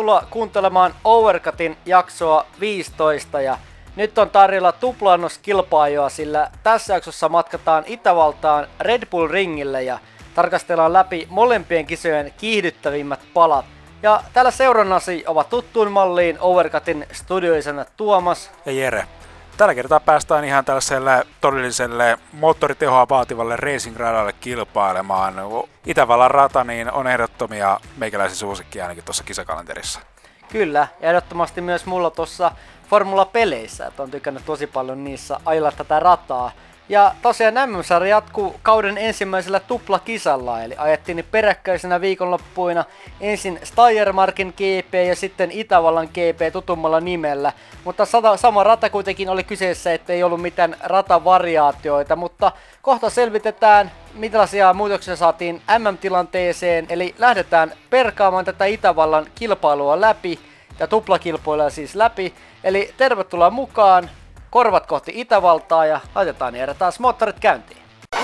Tervetuloa kuuntelemaan Overcutin jaksoa 15 ja nyt on tarjolla tuplaannoskilpailuja, sillä tässä jaksossa matkataan Itävaltaan Red Bull Ringille ja tarkastellaan läpi molempien kisojen kiihdyttävimmät palat. Ja täällä seurannasi ovat tuttuun malliin Overcutin studioisena Tuomas ja Jere. Tällä kertaa päästään ihan tällaiselle todelliselle moottoritehoa vaativalle racing-radalle kilpailemaan. Itävallan rata niin on ehdottomia meikäläisen suosikkia ainakin tuossa kisakalenterissa. Kyllä, ja ehdottomasti myös mulla tuossa Formula-peleissä, että on tykännyt tosi paljon niissä ajella tätä rataa. Ja tosiaan MM-sarja jatkuu kauden ensimmäisellä tuplakisalla, eli ajettiin peräkkäisenä viikonloppuina ensin Steiermarkin GP ja sitten Itävallan GP tutummalla nimellä. Mutta sama rata kuitenkin oli kyseessä, ettei ollut mitään ratavariaatioita, mutta kohta selvitetään, millaisia muutoksia saatiin MM-tilanteeseen, eli lähdetään perkaamaan tätä Itävallan kilpailua läpi, ja tuplakilpailua siis läpi, eli tervetuloa mukaan. Korvat kohti Itävaltaa ja laitetaan Jere taas moottorit käyntiin.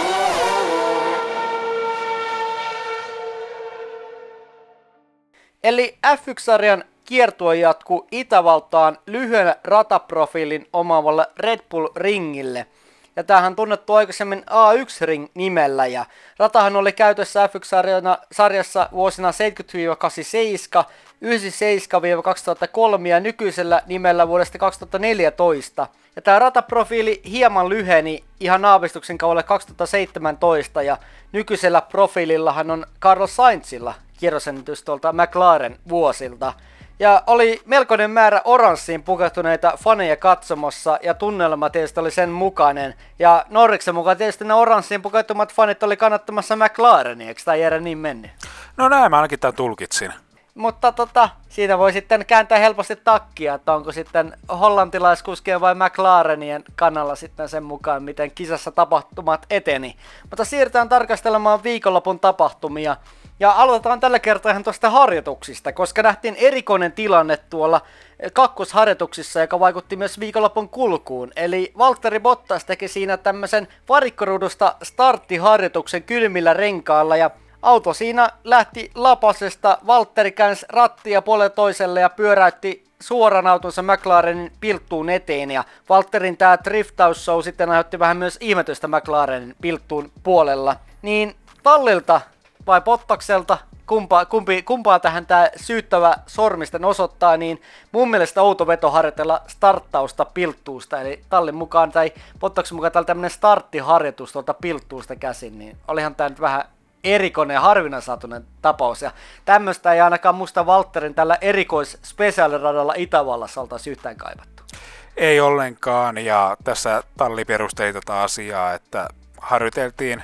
Eli F1-sarjan kiertue jatkuu Itävaltaan lyhyen rataprofiilin omaavalle Red Bull Ringille. Ja tämähän on tunnettu aikaisemmin A1-ring nimellä ja ratahan oli käytössä F1-sarjassa vuosina 70-87, 97-2003 ja nykyisellä nimellä vuodesta 2014. Ja tämä rataprofiili hieman lyheni ihan aavistuksen kaudelle 2017 ja nykyisellä profiilillahan on Carlos Sainzilla kierrosennätys tuolta McLaren vuosilta. Ja oli melkoinen määrä oranssiin pukeutuneita faneja katsomossa ja tunnelma tietysti oli sen mukainen. Ja Norriksen mukaan tietysti ne oranssiin pukeutumat fanit oli kannattamassa McLarenia, eikö tämä Jere niin mennyt? No näin mä ainakin tämän tulkitsin. Mutta siinä voi sitten kääntää helposti takkia, että onko sitten hollantilaiskuskien vai McLarenien kannalla sitten sen mukaan, miten kisassa tapahtumat eteni. Mutta siirrytään tarkastelemaan viikonlopun tapahtumia. Ja aloitetaan tällä kertaa ihan tuosta harjoituksista, koska nähtiin erikoinen tilanne tuolla kakkosharjoituksissa, joka vaikutti myös viikonlopun kulkuun. Eli Valtteri Bottas teki siinä tämmöisen varikkoruudusta starttiharjoituksen kylmillä renkaalla ja auto siinä lähti lapasesta, Valtteri käänsi rattia puolelle toiselle ja pyöräytti suoran autonsa McLarenin pilttuun eteen ja Valtterin tämä driftausshow sitten aiheutti vähän myös ihmetystä McLarenin pilttuun puolella. Niin Tallilta vai Bottakselta, kumpaa tähän tämä syyttävä sormisten osoittaa, niin mun mielestä outo veto harjoitella starttausta pilttuusta, eli Tallin mukaan tai Bottaksen mukaan täällä tämmöinen starttiharjoitus tuolta pilttuusta käsin, niin olihan tämä nyt vähän erikoinen ja harvinaisalaatuinen tapaus, ja tämmöistä ei ainakaan musta Valtterin tällä erikois-spesiaaliradalla Itävallassa oltaisi yhtään kaivattu. Ei ollenkaan, ja tässä Talli perusteli tätä asiaa, että harjoiteltiin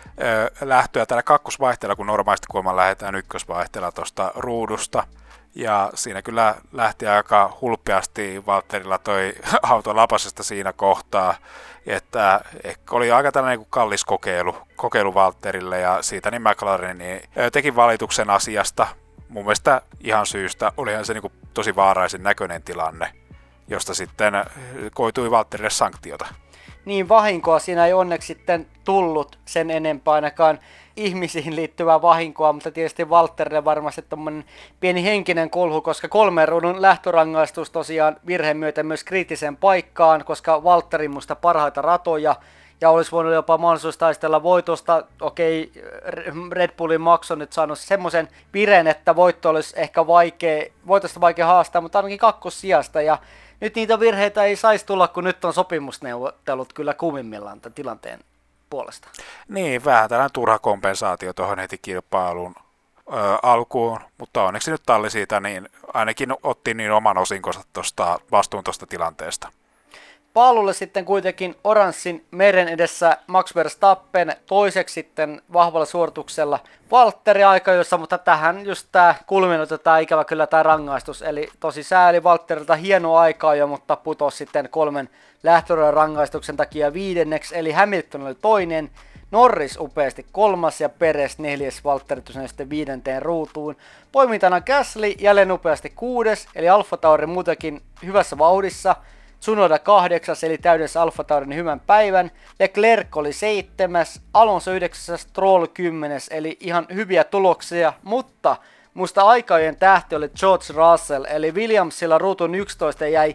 lähtöä tällä kakkosvaihteella, kun normaalisti kuulemma lähdetään ykkösvaihteella tuosta ruudusta. Ja siinä kyllä lähti aika hulppeasti Valtterilla toi auto lapasesta siinä kohtaa, että oli aika tällainen kallis kokeilu Valtterille ja siitä niin McLaren teki valituksen asiasta. Mun mielestä ihan syystä olihan se niin tosi vaaraisen näköinen tilanne, josta sitten koitui Valtterille sanktiota. Niin vahinkoa siinä ei onneksi sitten tullut sen enempää ainakaan ihmisiin liittyvää vahinkoa, mutta tietysti Valtterille varmasti tommonen pieni henkinen kolhu, koska 3 ruudun lähtörangaistus tosiaan virheen myötä myös kriittiseen paikkaan, koska Valtterin musta parhaita ratoja ja olisi voinut jopa mahdollisuus taistella voitosta. Okei, Red Bullin Max on nyt saanut semmoisen vireen, että voitto olisi ehkä voitosta vaikea haastaa, mutta ainakin kakkossijasta ja nyt niitä virheitä ei saisi tulla, kun nyt on sopimusneuvottelut kyllä kuumimmillaan tämän tilanteen puolesta. Niin, vähän tällainen turha kompensaatio tuohon heti kilpailun alkuun, mutta onneksi nyt Talli siitä niin ainakin otti niin oman osinkonsa vastuun tuosta tilanteesta. Paalulle sitten kuitenkin oranssin meren edessä Max Verstappen, toiseksi sitten vahvalla suorituksella Valtteri aikajoissa, mutta tähän just tämä kulminoitetaan ikävä kyllä tämä rangaistus, eli tosi sääli Valtterilta hieno aikaa jo, mutta putosi sitten 3 lähtöradan rangaistuksen takia 5. eli Hamilton oli 2. Norris upeasti 3. ja Perez 4. Valtteri tosiaan sitten 5. ruutuun. Poimintana Gasly jälleen upeasti 6. eli Alfa Tauri muutenkin hyvässä vauhdissa. Tsunoda 8. eli täydessä Alfa Taurin hyvän päivän. Leclerc oli 7. Alonso 9. Stroll 10. eli ihan hyviä tuloksia, mutta musta aikajojen tähti oli George Russell, eli Williamsilla ruutun 11 jäi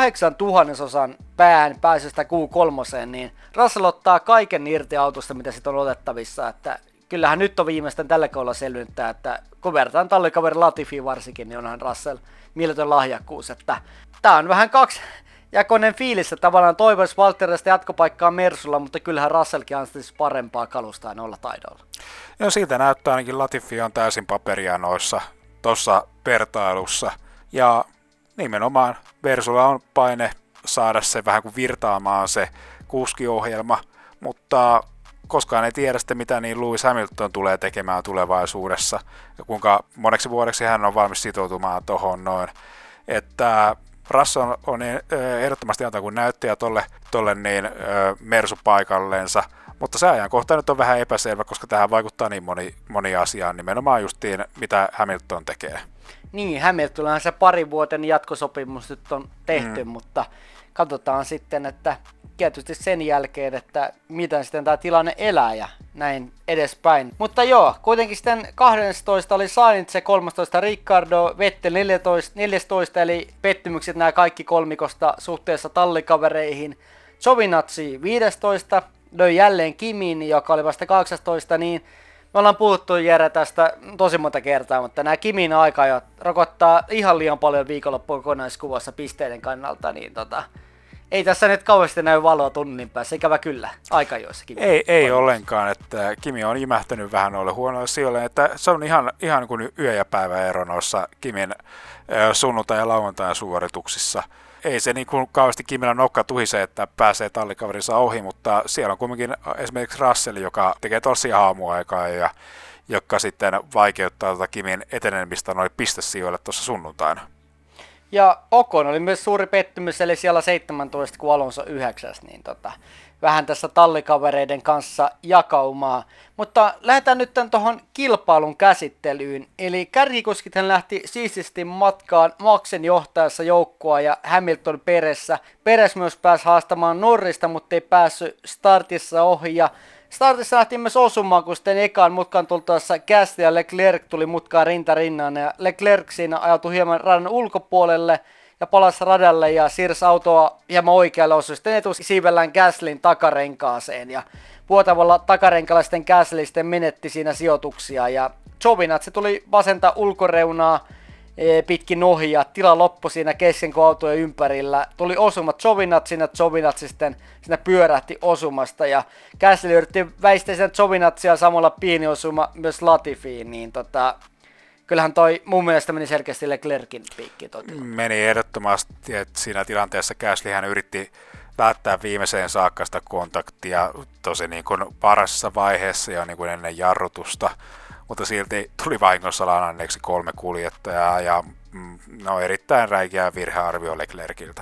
0,008 päähän pääsystä Q3, niin Russell ottaa kaiken irti autosta, mitä sit on otettavissa, että kyllähän nyt on viimeistään tällä kaudella selvinnyttää, että kun vertaan tallikaveri Latifiin varsinkin, niin onhan Russell mieletön lahjakkuus, että tää on vähän kaksijakoinen fiilis, että tavallaan toivoisi Valtterista jatkopaikkaa Mersulla, mutta kyllähän Russellkin ansaitsisi parempaa kalustaa noilla taidoilla. Ja siitä näyttää ainakin Latifi on täysin paperia noissa tuossa vertailussa. Ja nimenomaan Mersulla on paine saada se vähän kuin virtaamaan se kuskiohjelma, mutta koskaan ei tiedä sitten, mitä niin Lewis Hamilton tulee tekemään tulevaisuudessa ja kuinka moneksi vuodeksi hän on valmis sitoutumaan tuohon noin. Että Russell on ehdottomasti antaa kuin näyttäjä tolle niin Mersu-paikallensa, mutta se ajankohta nyt on vähän epäselvä, koska tähän vaikuttaa niin moni asiaan, nimenomaan justiin mitä Hamilton tekee. Niin, Hamiltonhan se parivuotinen jatkosopimus nyt on tehty, mutta katsotaan sitten, että tietysti sen jälkeen, että miten sitten tämä tilanne elää ja näin edespäin. Mutta joo, kuitenkin sitten 12 oli Sainz, 13 Ricciardo, Vettel 14, eli pettymykset nämä kaikki kolmikosta suhteessa tallikavereihin. Giovinazzi 15, löi jälleen Kimin, joka oli vasta 18, niin me ollaan puhuttu Jere tästä tosi monta kertaa, mutta nämä Kimin aikajat rokottaa ihan liian paljon viikonloppuun kokonaiskuvassa pisteiden kannalta, niin ei tässä nyt kauheasti näy valoa tunnin päässä, ikävä kyllä, aikajoissakin. Ei ollenkaan, että Kimi on imähtänyt vähän noille huonoille sijoille, että se on ihan kuin yö- ja päiväero noissa Kimin sunnuntai- ja lauantain suorituksissa. Ei se niin kuin kauheasti Kimillä nokka tuhise, että pääsee tallikaverinsa ohi, mutta siellä on kuitenkin esimerkiksi Russell, joka tekee tosiaan aamuaikaa ja joka sitten vaikeuttaa Kimin etenemistä noin pistesijoille tuossa sunnuntaina. Ja Ocon oli myös suuri pettymys, eli siellä 17, kun Alonso 9, niin vähän tässä tallikavereiden kanssa jakaumaa. Mutta lähdetään nyt tuohon kilpailun käsittelyyn. Eli kärkikuskithan lähti siististi matkaan Maxen johtajassa joukkoa ja Hamilton Peressä. Peres myös pääsi haastamaan Norrista, mutta ei päässyt startissa ohi. Ja startissa lähtiin myös osumaan, kun sitten ekaan mutkaan tultaessa Gasly ja Leclerc tuli mutkaan rinta rinnan. Ja Leclerc siinä ajautui hieman radan ulkopuolelle ja palasi radalle ja siirsi autoa hieman oikealle, osui sitten etusiivellään Gaslyn takarenkaaseen. Ja vuotavalla takarenkalla sitten Gasly sitten menetti siinä sijoituksia. Ja Giovinazzi tuli vasenta ulkoreunaa pitkin ohi ja tila loppui siinä kesken, kun autojen ympärillä tuli osumat Giovinazzin ja Giovinazzi sitten siinä pyörähti osumasta ja Gasly yritti väistää sen Giovinazzia samalla pieni osuma myös Latifiin, niin kyllähän toi mun mielestä meni selkeästi Leclercin piikki. Meni ehdottomasti, että siinä tilanteessa Gaslyhän yritti välttää viimeiseen saakka sitä kontaktia tosi niin kuin parassa vaiheessa jo niin kuin ennen jarrutusta. Mutta silti tuli vahingossa laananneeksi 3 kuljettajaa ja erittäin räikeä virhearvio Leclerciltä.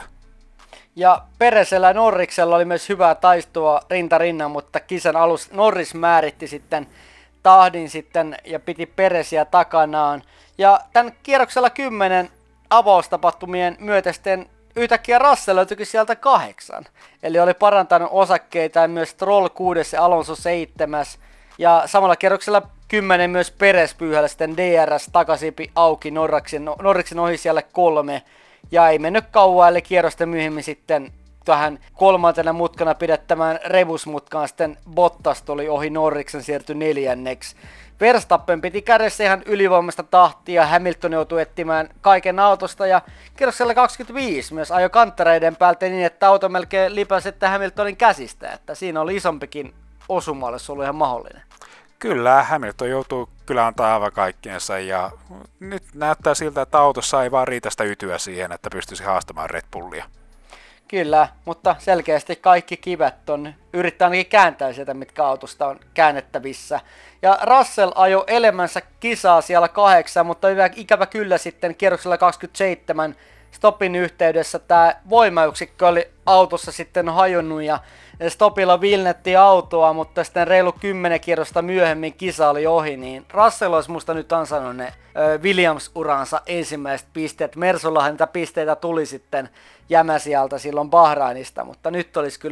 Ja Peresellä ja Norriksella oli myös hyvää taistoa rinta rinnan, mutta kisan alussa Norris määritti sitten tahdin sitten ja piti Peresiä takanaan. Ja tämän kierroksella 10 avaustapahtumien myötä sitten yhtäkkiä Russell löytyikin sieltä 8. Eli oli parantanut osakkeita ja myös Stroll 6 ja Alonso 7. Ja samalla kierroksella 10 myös Peres pyyhällä sitten DRS takasipi auki Norriksen ohi siellä 3. Ja ei mennyt kauan, eli kierrosten myöhemmin sitten tähän kolmantena mutkana pidettämään rebusmutkaan sitten Bottas tuli ohi Norriksen siirtyi 4. Verstappen piti kädessä ihan ylivoimasta tahtia, Hamilton joutui etsimään kaiken autosta ja kierroksella 25 myös ajoi kanttareiden päältä niin, että auto melkein lipäsi sitten Hamiltonin käsistä, että siinä oli isompikin osuma, olisi ollut ihan mahdollinen. Kyllä, Hamilton joutuu kyllä antaa aivan kaikkeensa ja nyt näyttää siltä, että autossa ei vaan riitä sitä ytyä siihen, että pystyisi haastamaan Red Bullia. Kyllä, mutta selkeästi kaikki kivet on, yrittää ainakin kääntää sieltä, mitkä autosta on käännettävissä. Ja Russell ajoi elämänsä kisaa siellä 8, mutta ikävä kyllä sitten kierroksella 27 stopin yhteydessä tämä voimayksikkö oli autossa sitten hajonnut ja stopilla vilnettiin autoa, mutta sitten reilu 10 kierrosta myöhemmin kisa oli ohi, niin Russell olisi musta nyt ansainnut ne Williams-uransa ensimmäiset pisteet. Mersullahan niitä pisteitä tuli sitten jämäsialta silloin Bahrainista, mutta nyt olisi kyllä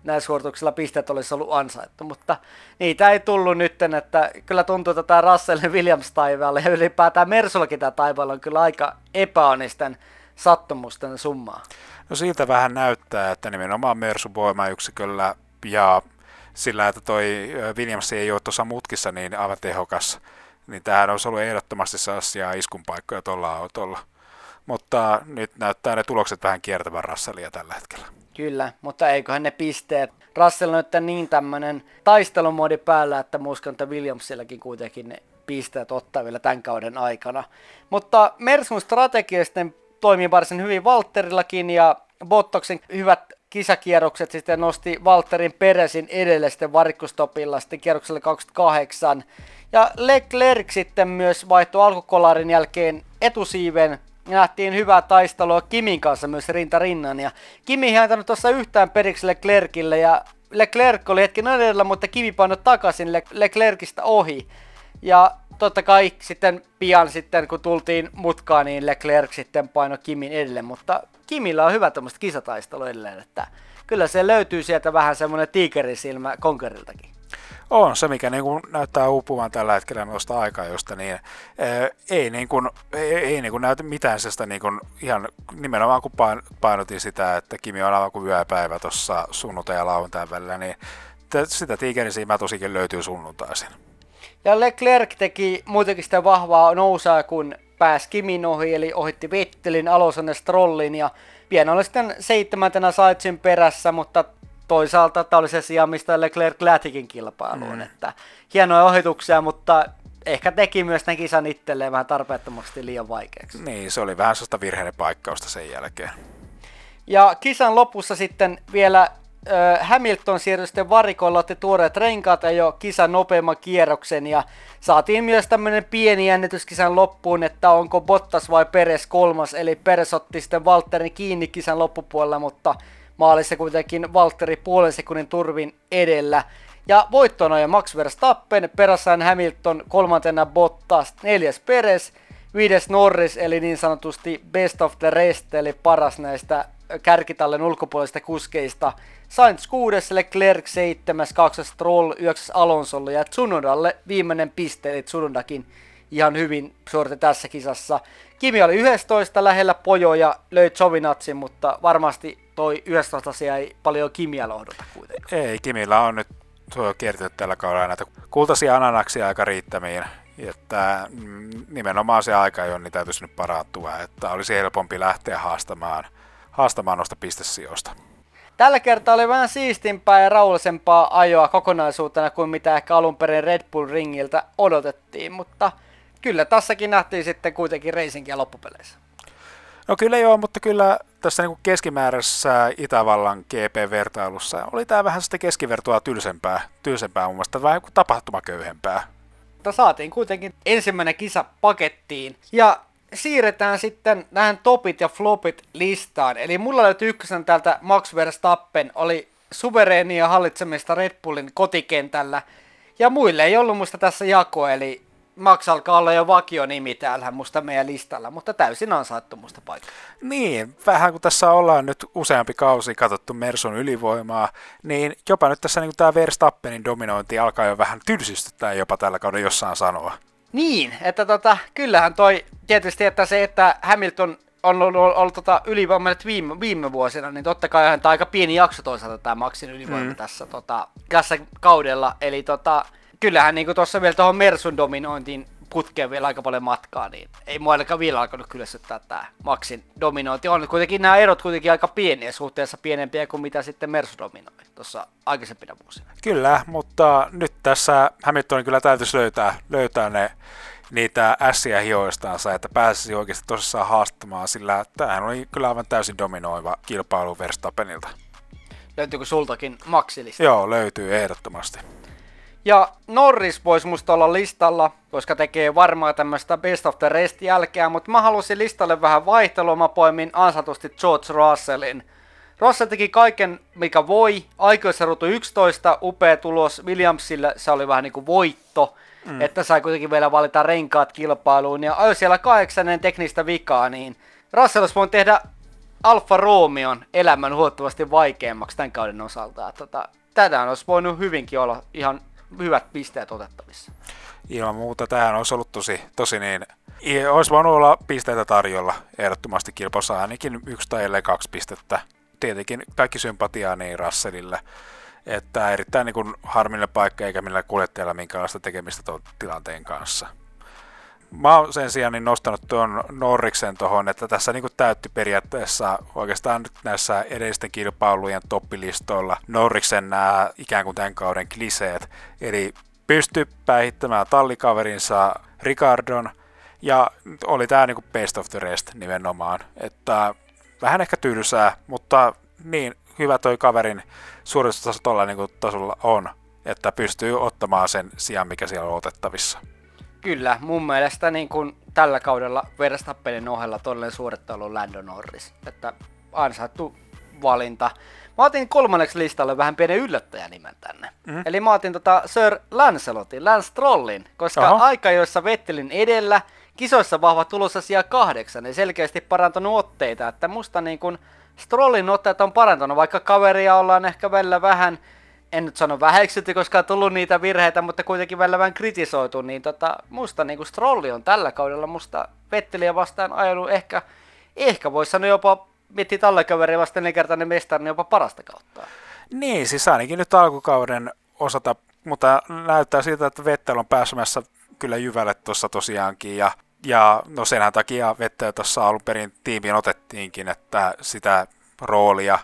näillä suorituksilla pisteet olisi ollut ansaittu, mutta niitä ei tullut nytten, että kyllä tuntuu, että tämä Russell Williams-taivaalla ja ylipäätään Mersullakin tämä taivaalla on kyllä aika epäonnisten sattumusten summaa. No siltä vähän näyttää, että nimenomaan Mersun voimayksiköllä ja sillä, että toi Williams ei ole tuossa mutkissa niin aivan tehokas, niin tämähän olisi ollut ehdottomasti sellaisia iskun paikkoja tuolla autolla. Mutta nyt näyttää ne tulokset vähän kiertävän Russellia tällä hetkellä. Kyllä, mutta eiköhän ne pisteet. Russell on nyt niin tämmöinen taistelumoodi päällä, että uskon, että Williamsillakin kuitenkin ne pisteet ottaa vielä tämän kauden aikana. Mutta Mersun strategia sitten toimii varsin hyvin Valtterillakin ja Bottaksen hyvät kisakierrokset sitten nosti Valtterin Peresin edelle sitten varikkostopilla sitten kierrokselle 28. Ja Leclerc sitten myös vaihtoi alkukolarin jälkeen etusiiven. Nähtiin hyvää taistelua Kimin kanssa myös rinta rinnan ja Kimi ei antanut tuossa yhtään periksi Leclercille ja Leclerc oli hetken edellä, mutta Kimi painoi takaisin Leclercistä ohi. Ja totta kai sitten pian sitten kun tultiin mutkaan, niin Leclerc sitten painoi Kimin edelle, mutta Kimillä on hyvä tämmöistä kisataistelu edelleen, että kyllä se löytyy sieltä vähän semmoinen tiikerisilmä Conqueriltakin. On se, mikä niin kuin näyttää uupuvan tällä hetkellä noista aikajosta, niin ei näytä mitään sellaista niin kuin ihan nimenomaan kun painotin sitä, että Kimi on aivan kuin yöpäivä tuossa sunnuntai ja lauantain välillä, niin sitä tiikerisilmää tosikin löytyy sunnuntaisin. Ja Leclerc teki muutenkin sitä vahvaa nousaa, kun pääsi Kimin ohi, eli ohitti Vettelin, Alonson ja Strollin, ja pian oli sitten 7. Sainzin perässä, mutta toisaalta tämä oli se sija, mistä Leclerc lähtikin kilpailuun, että hienoja ohituksia, mutta ehkä teki myös tämän kisan itselleen vähän tarpeettomasti liian vaikeaksi. Niin, se oli vähän sellaista virheiden paikkausta sen jälkeen. Ja kisan lopussa sitten vielä Hamilton siirtyi sitten varikolla, otti tuoreet renkaat ja jo kisan nopeamman kierroksen ja saatiin myös tämmöinen pieni jännitys kisan loppuun, että onko Bottas vai Perez kolmas, eli Perez otti sitten Valtterin kiinni kisan loppupuolella, mutta maalissa kuitenkin Valtteri puolen sekunnin turvin edellä. Ja voittoon on jo Max Verstappen, perässään Hamilton, kolmantena Bottas, neljäs Perez, viides Norris, eli niin sanotusti best of the rest, eli paras näistä kärkitallen ulkopuolisista kuskeista. Sainz 6, Leclerc 7, 2 Stroll, 9 Alonsolle ja Tsunodalle viimeinen piste, eli Tsunodakin ihan hyvin suoritti tässä kisassa. Kimi oli 11 lähellä Pojoja, löi Giovinazzi, mutta varmasti toi 11 asia ei paljon Kimiä lohduta kuitenkaan. Ei, Kimillä on nyt kiertynyt tällä kaudella näitä kultaisia ananaksia aika riittämiin. Että nimenomaan se aika ei ole, niin täytyisi nyt parantua, että olisi helpompi lähteä haastamaan noista pistesijoista. Tällä kertaa oli vähän siistimpää ja rauhallisempaa ajoa kokonaisuutena kuin mitä ehkä alun perin Red Bull Ringiltä odotettiin, mutta kyllä tässäkin nähtiin sitten kuitenkin racingia loppupeleissä. No kyllä joo, mutta kyllä tässä niin kuin keskimääräisessä Itävallan GP-vertailussa oli tämä vähän sitä keskivertoa tylsempää mun mielestä, vähän kuin tapahtumaköyhempää. Mutta saatiin kuitenkin ensimmäinen kisa pakettiin ja siirretään sitten näihin topit ja flopit listaan. Eli mulla löytyi ykkösen täältä Max Verstappen, oli suvereenia hallitsemista Red Bullin kotikentällä. Ja muille ei ollut musta tässä jako, eli Max alkaa olla jo vakionimi täällä musta meidän listalla, mutta täysin ansaittu musta paikka. Niin, vähän kun tässä ollaan nyt useampi kausi katsottu Mersun ylivoimaa, niin jopa nyt tässä niin tämä Verstappenin dominointi alkaa jo vähän tylsistyttää jopa tällä kaudella jossain sanoa. Niin, että kyllähän toi tietysti, että se, että Hamilton on ollut ylivoimainen viime vuosina, niin totta kai on aika pieni jakso toisaalta tämä Maxin ylivoima tässä kaudella. Eli kyllähän niin tuossa vielä tuohon Mersun dominointiin putkeen vielä aika paljon matkaa, niin ei mua ainakaan vielä alkanut kyllästyttää tämä Maxin dominointi. On kuitenkin nämä erot kuitenkin aika pieniä, suhteessa pienempiä kuin mitä sitten Mersu dominoi tuossa aikaisempina vuosina. Kyllä, mutta nyt tässä Hamiltonin kyllä täytyisi löytää niitä ässiä hioistansa, että pääsisi oikeasti tosissaan haastamaan, sillä tämähän oli kyllä aivan täysin dominoiva kilpailu Verstappenilta. Löytyykö sultakin Maxilista? Joo, löytyy ehdottomasti. Ja Norris voisi musta olla listalla, koska tekee varmaan tämmöistä best of the rest jälkeä, mutta mä halusin listalle vähän vaihtelua, mä poimin ansatusti George Russellin. Russell teki kaiken mikä voi, aikoissa ruutu 11, upea tulos, Williamsille se oli vähän niin kuin voitto, että sai kuitenkin vielä valita renkaat kilpailuun ja ajoi siellä 8 teknistä vikaa, niin Russell olisi voinut tehdä Alfa Romeon elämän huomattavasti vaikeammaksi tämän kauden osalta. Tätä olisi voinut hyvinkin olla ihan hyvät pisteet otettavissa. Ilman muuta tähän olisi ollut tosi niin, olisi voinut olla pisteitä tarjolla ehdottomasti kilpassa, ainakin 1 tai ellei 2 pistettä. Tietenkin kaikki sympatiaa niin Russellille, että erittäin niin kuin harmillinen paikka eikä millään kuljettajalla minkäänlaista tekemistä tuon tilanteen kanssa. Mä oon sen sijaan niin nostanut tuon Norriksen tuohon, että tässä niin kuin täytti periaatteessa oikeastaan nyt näissä edellisten kilpailujen toppilistoilla Norriksen nämä ikään kuin tämän kauden kliseet, eli pystyi päihittämään tallikaverinsa Ricardon, ja oli tämä niinku best of the rest nimenomaan, että vähän ehkä tylsää, mutta niin hyvä toi kaverin suoritustaso tuolla niinku tasolla on, että pystyy ottamaan sen sijaan, mikä siellä on otettavissa. Kyllä, mun mielestä niin kun tällä kaudella Verstappenin ohella todellinen suorittaja on Lando Norris, että ansaittu valinta. Mä otin 3. listalle vähän pienen yllättäjänimen tänne. Eli mä otin Sir Lancelotin, Lance Strollin, koska aika joissa Vettelin edellä, kisoissa vahva tulossa sijaa 8, ja selkeästi parantanut otteita, että musta niin kun Strollin otteet on parantanut, vaikka kaveria ollaan ehkä välillä vähän, en nyt sano väheksytty, koska on tullut niitä virheitä, mutta kuitenkin välillä vähän kritisoitu, niin musta niin kun Strolli on tällä kaudella musta Vetteliä vastaan ajanut ehkä voisi sanoa jopa miettii tallekaveria vasta 4-kertainen mestari, niin jopa parasta kautta. Niin, siis ainakin nyt alkukauden osalta, mutta näyttää siltä, että Vettel on pääsemässä kyllä jyvälle tuossa tosiaankin, ja no senhän takia Vettel tuossa alun perin tiimiin otettiinkin, että sitä roolia,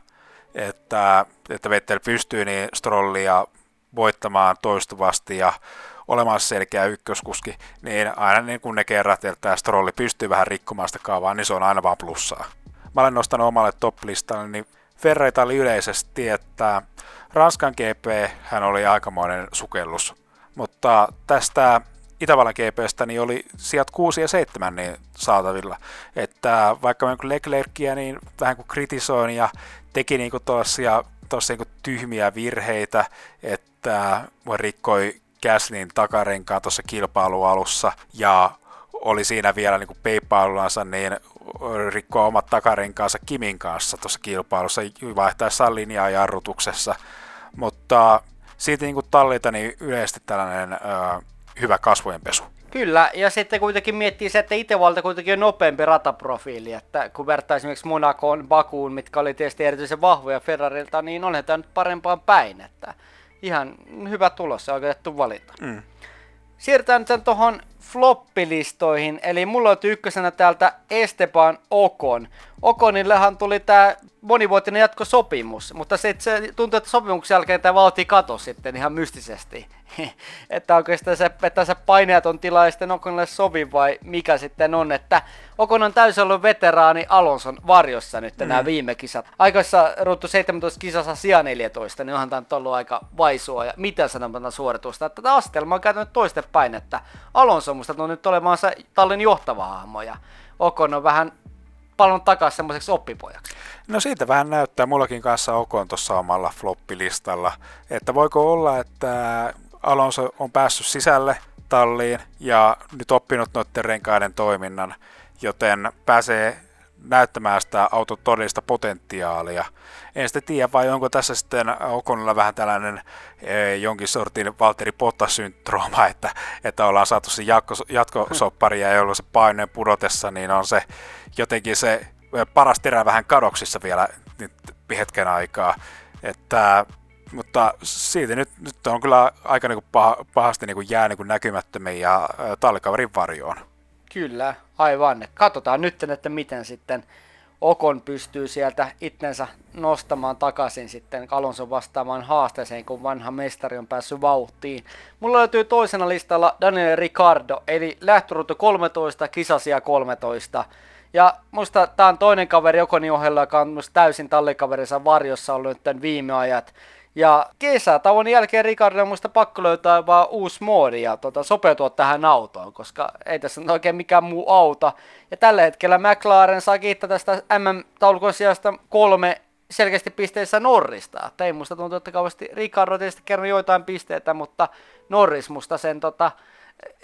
että Vettel pystyy niin Strollia voittamaan toistuvasti ja olemaan selkeä ykköskuski, niin aina niin kun ne kerrat, että Strolli pystyy vähän rikkomaan sitä kaavaa, niin se on aina vaan plussaa. Mä olen nostanut omalle top-listalle, niin Ferrarita oli yleisesti, että Ranskan GP hän oli aikamoinen sukellus, mutta tästä Itävallan GPstä niin oli sijat 6 ja 7 niin saatavilla, että vaikka mä Leclercia niin vähän kuin kritisoin ja teki niin kuin tuossa niin tyhmiä virheitä, että rikkoi Gaslyn takarenkaan tuossa kilpailualussa ja oli siinä vielä niin kuin peippailulansa niin rikkoa omat takarenkaansa Kimin kanssa tuossa kilpailussa, vaihtaessaan linjaa jarrutuksessa, mutta siitä niin kuin tallilta niin yleisesti tällainen hyvä kasvojenpesu. Kyllä, ja sitten kuitenkin miettii se, että Itävalta kuitenkin on nopeampi rataprofiili, että kun vertaa esimerkiksi Monacoon, Bakuun, mitkä oli tietysti erityisen vahvoja Ferrarilta, niin onhan tämä nyt parempaan päin, että ihan hyvä tulos ja oikeutettu valinta. Siirrytään nyt sen tuohon floppilistoihin, eli mulla on ykkösenä täältä Esteban Ocon. Oconillehan tuli tämä monivuotinen jatkosopimus, mutta se tuntuu, että sopimuksen jälkeen tämä vauhti katosi sitten ihan mystisesti. Että oikeastaan se paineaton tila ei sitten Oconille sovi vai mikä sitten on, että Ocon on täysin ollut veteraani Alonson varjossa nyt nämä viime kisat. Aikaisessa ruuttu 17 kisassa sija 14, niin onhan tämä ollut aika vaisua ja mitä sanomatta suoritusta. Että tätä asetelmaa on käytänyt toistepäin, että Alonso musta on nyt olemaan se tallin johtava hahmo ja Ocon on vähän palannut takaisin semmoiseksi oppipojaksi. No siitä vähän näyttää mullakin kanssa Ocon tuossa omalla floppilistalla, että voiko olla, että Alonso on päässyt sisälle talliin ja nyt oppinut noiden renkaiden toiminnan, joten pääsee näyttämään sitä auton todellista potentiaalia. En sitten tiedä, vai onko tässä sitten Oconilla vähän tällainen jonkin sortin Valtteri Bottas-syndrooma, että ollaan saatu se jatkosoppari ja jolloin se paineen pudotessa, niin on se jotenkin se paras terä vähän kadoksissa vielä nyt hetken aikaa. Mutta siitä nyt on kyllä aika niin kuin pahasti niin kuin jää niin kuin näkymättömiin ja tallikaverin varjoon. Kyllä, aivan. Katsotaan nyt, että miten sitten Ocon pystyy sieltä itsensä nostamaan takaisin sitten Alonso vastaamaan haasteeseen, kun vanha mestari on päässyt vauhtiin. Mulla löytyy toisena listalla Daniel Ricciardo, eli lähtöruutu 13, kisasia 13. Ja musta tää on toinen kaveri Oconin ohella, joka on musta täysin tallikaverinsa varjossa ollut nyt viime ajat. Ja kesätauon jälkeen Ricciardo on musta pakko löytää vaan uusi moodi ja sopeutua tähän autoon, koska ei tässä nyt oikein mikään muu auta. Ja tällä hetkellä McLaren saa kiittää tästä MM-taulukon sijasta 3 selkeästi pisteissä Norrista. Ei musta tuntuu, että kauheasti Ricciardo tietysti kerran joitain pisteitä, mutta Norris musta sen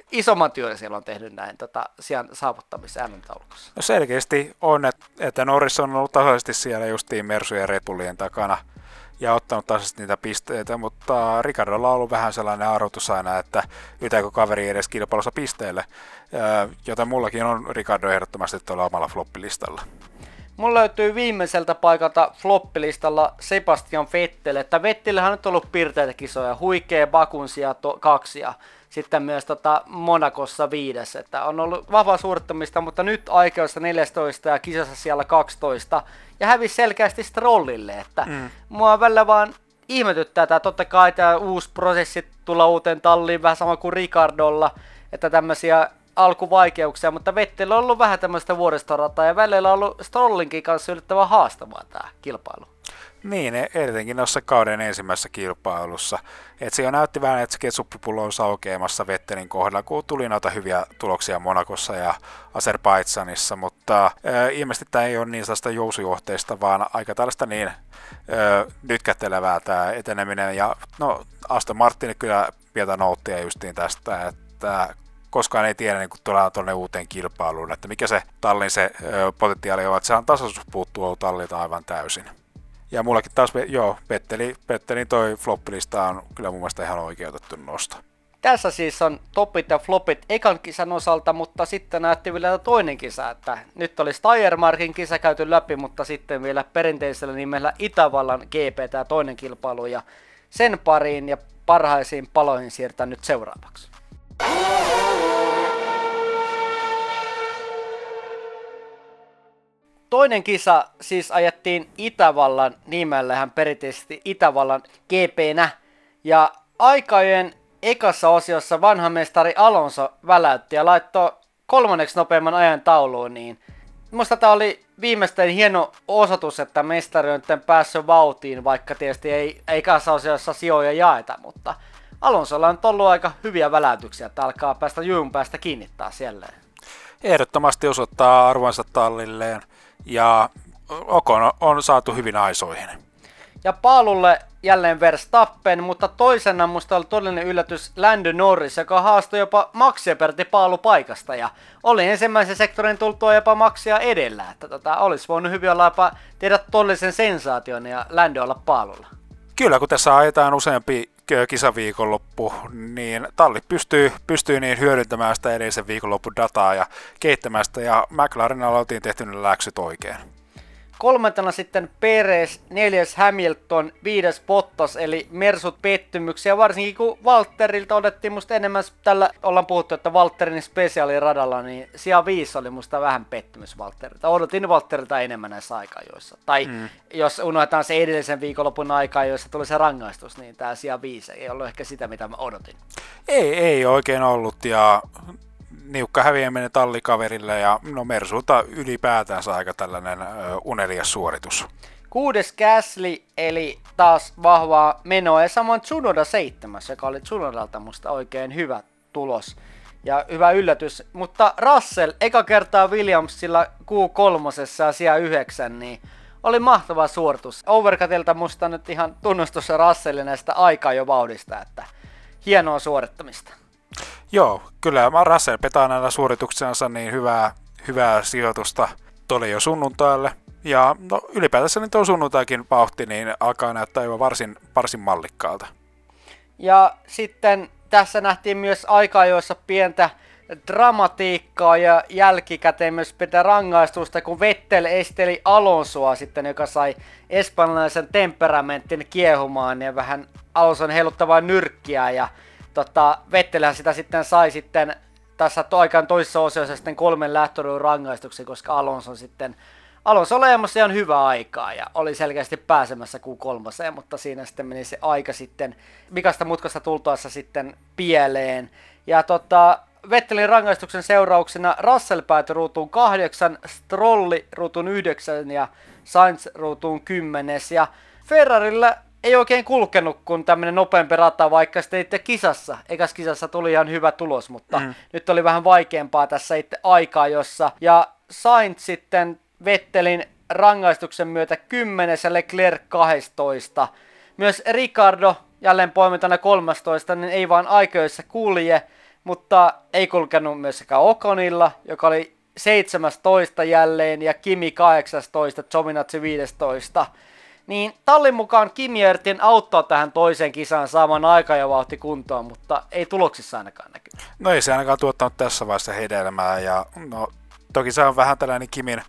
isomman työn siellä on tehnyt näin sijan saavuttamisen MM-taulukossa? No selkeästi on, että Norris on ollut tasaisesti siellä justiin Mersu ja Red Bullien takana ja ottanut tasaisesti niitä pisteitä, mutta Ricardolla on ollut vähän sellainen arvotus aina, että ytääkö kaveri edes kilpailussa pisteelle, joten mullakin on Ricardo ehdottomasti tuolla omalla floppilistalla. Mulla löytyy viimeiseltä paikalta floppilistalla Sebastian Vettel, että Vettelhän on nyt ollut pirteitä kisoja, huikea Bakun sija 2 ja sitten myös Monacossa 5, että on ollut vahvaa suorittamista, mutta nyt aikeudessa 14 ja kisassa siellä 12 ja hävisi selkeästi Strollille, että mua välillä vaan ihmetyttää, että totta kai tämä uusi prosessi tulla uuteen talliin vähän sama kuin Ricardolla, että tämmöisiä alkuvaikeuksia, mutta Vettel on ollut vähän tämmöistä vuoristorataa ja välillä on ollut Strollinkin kanssa yllättävän haastavaa tämä kilpailu. Niin, etenkin noissa kauden ensimmäisessä kilpailussa. Et se jo näytti vähän, että se ketsuppipullo on saukeamassa Vettelin kohdalla, kun tuli noita hyviä tuloksia Monacossa ja Azerbaidžanissa, mutta ilmeisesti tämä ei ole niin sellaista jousujohteista, vaan aika tällaista niin nytkättelevää tämä eteneminen. Ja no, Aston Martin kyllä pientä nouttia justiin tästä, että koskaan ei tiedä, niin kun tullaan tuonne uuteen kilpailuun, että mikä se tallin se potentiaali on, että sehän tasaisuus puuttuu tallilta aivan täysin. Ja mullakin taas, Vettelin toi floppilista on kyllä mun mielestä ihan oikeutettu nosto. Tässä siis on topit ja flopit ekan kisan osalta, mutta sitten näytti vielä toinen kisa, että nyt oli Steiermarkin kisa käyty läpi, mutta sitten vielä perinteisellä nimellä Itävallan GP tämä toinen kilpailu ja sen pariin ja parhaisiin paloihin siirrytään nyt seuraavaksi. Toinen kisa siis ajettiin Itävallan nimellä, ihan perinteisesti Itävallan GP:nä. Ja aikajojen ekassa osiossa vanha mestari Alonso väläytti ja laittoi 3. nopeimman ajan tauluun. Niin musta tää oli viimeisten hieno osoitus, että mestari on nyt päässyt vauhtiin, vaikka tietysti ei ekassa osiossa sijoja jaeta, mutta Alonsolla on ollut aika hyviä väläytyksiä, että alkaa päästä jyyn päästä kiinni taas jälleen. Ehdottomasti osoittaa arvonsa tallilleen ja Ocon on saatu hyvin aisoihin. Ja paalulle jälleen Verstappen, mutta toisena musta oli todellinen yllätys Lando Norris, joka haastoi jopa Maxia Pertti paalupaikasta ja oli ensimmäisen sektorin tultua jopa Maxia edellä, että olisi voinut hyvin olla jopa tehdä todellisen sensaation ja Lando olla paalulla. Kyllä, kun tässä ajetaan useampi kisaviikonloppu, niin talli pystyy niin hyödyntämään sitä edellisen viikonloppun dataa ja kehittämään sitä, ja McLarenilla oltiin tehty ne läksyt oikein. 3. sitten Perez, 4. Hamilton, 5. Bottas, eli Mersut pettymyksiä, varsinkin kun Valtterilta odettiin musta enemmän, tällä ollaan puhuttu, että Valtterin spesiaaliradalla, niin sija 5 oli musta vähän pettymys Valtterilta. Odotin Valtterilta enemmän näissä aikajoissa. Tai jos unohdetaan se edellisen viikonlopun aikaa, joissa tuli se rangaistus, niin tää sija 5 ei ollut ehkä sitä, mitä mä odotin. Ei oikein ollut, ja niukka häviäminen tallikaverille ja no Mersulta ylipäätään aika tällainen unelias suoritus. 6. Gasly, eli taas vahvaa menoa ja samoin Tsunoda 7, joka oli Tsunodalta musta oikein hyvä tulos ja hyvä yllätys. Mutta Russell, eka kertaa Williamsilla Q3 ja sija 9, niin oli mahtava suoritus. Overcutilta musta nyt ihan tunnustus Russellin näistä aikaa jo vauhdista, että hienoa suorittamista. Joo, kyllä Russell petaa näillä suorituksensa niin hyvää sijoitusta tuli jo sunnuntaille. Ja no, ylipäätänsä nyt on sunnuntaikin vauhti, niin alkaa näyttää jo varsin mallikkaalta. Ja sitten tässä nähtiin myös aikaa, joissa pientä dramatiikkaa ja jälkikäteen myös pientä rangaistusta, kun Vettel esteli Alonsoa sitten, joka sai espanjalaisen temperamentin kiehumaan ja vähän Alonson heiluttavaa nyrkkiä ja Vettelhän sitä sitten sai sitten tässä aikaan toisessa osiossa sitten 3 lähtöruudun rangaistuksen, koska Alonso oli ajamassa ihan hyvää aikaa ja oli selkeästi pääsemässä Q3, mutta siinä sitten meni se aika sitten vikasta mutkasta tultaessa sitten pieleen. Ja Vettelin rangaistuksen seurauksena Russell päätyi ruutuun 8, Strolli ruutuun 9 ja Sainz ruutuun 10. Ja Ferrarilla ei oikein kulkenut, kun tämmöinen nopeampi rata, vaikka sitten itse kisassa. Ekas kisassa tuli ihan hyvä tulos, mutta nyt oli vähän vaikeampaa tässä itse aikaa, jossa. Ja Sainz sitten Vettelin rangaistuksen myötä 10 ja Leclerc 12. Myös Ricardo jälleen poimintana 13, niin ei vaan aikoissa kulje, mutta ei kulkenut myöskään Oconilla, joka oli 17 jälleen ja Kimi 18, Giovinazzi 15. Niin tallin mukaan Kimi yritin auttaa tähän toiseen kisaan saamaan aika ja vauhti kuntoon, mutta ei tuloksissa ainakaan näkynyt. No ei se ainakaan tuottanut tässä vaiheessa hedelmää ja no toki se on vähän tällainen Kimin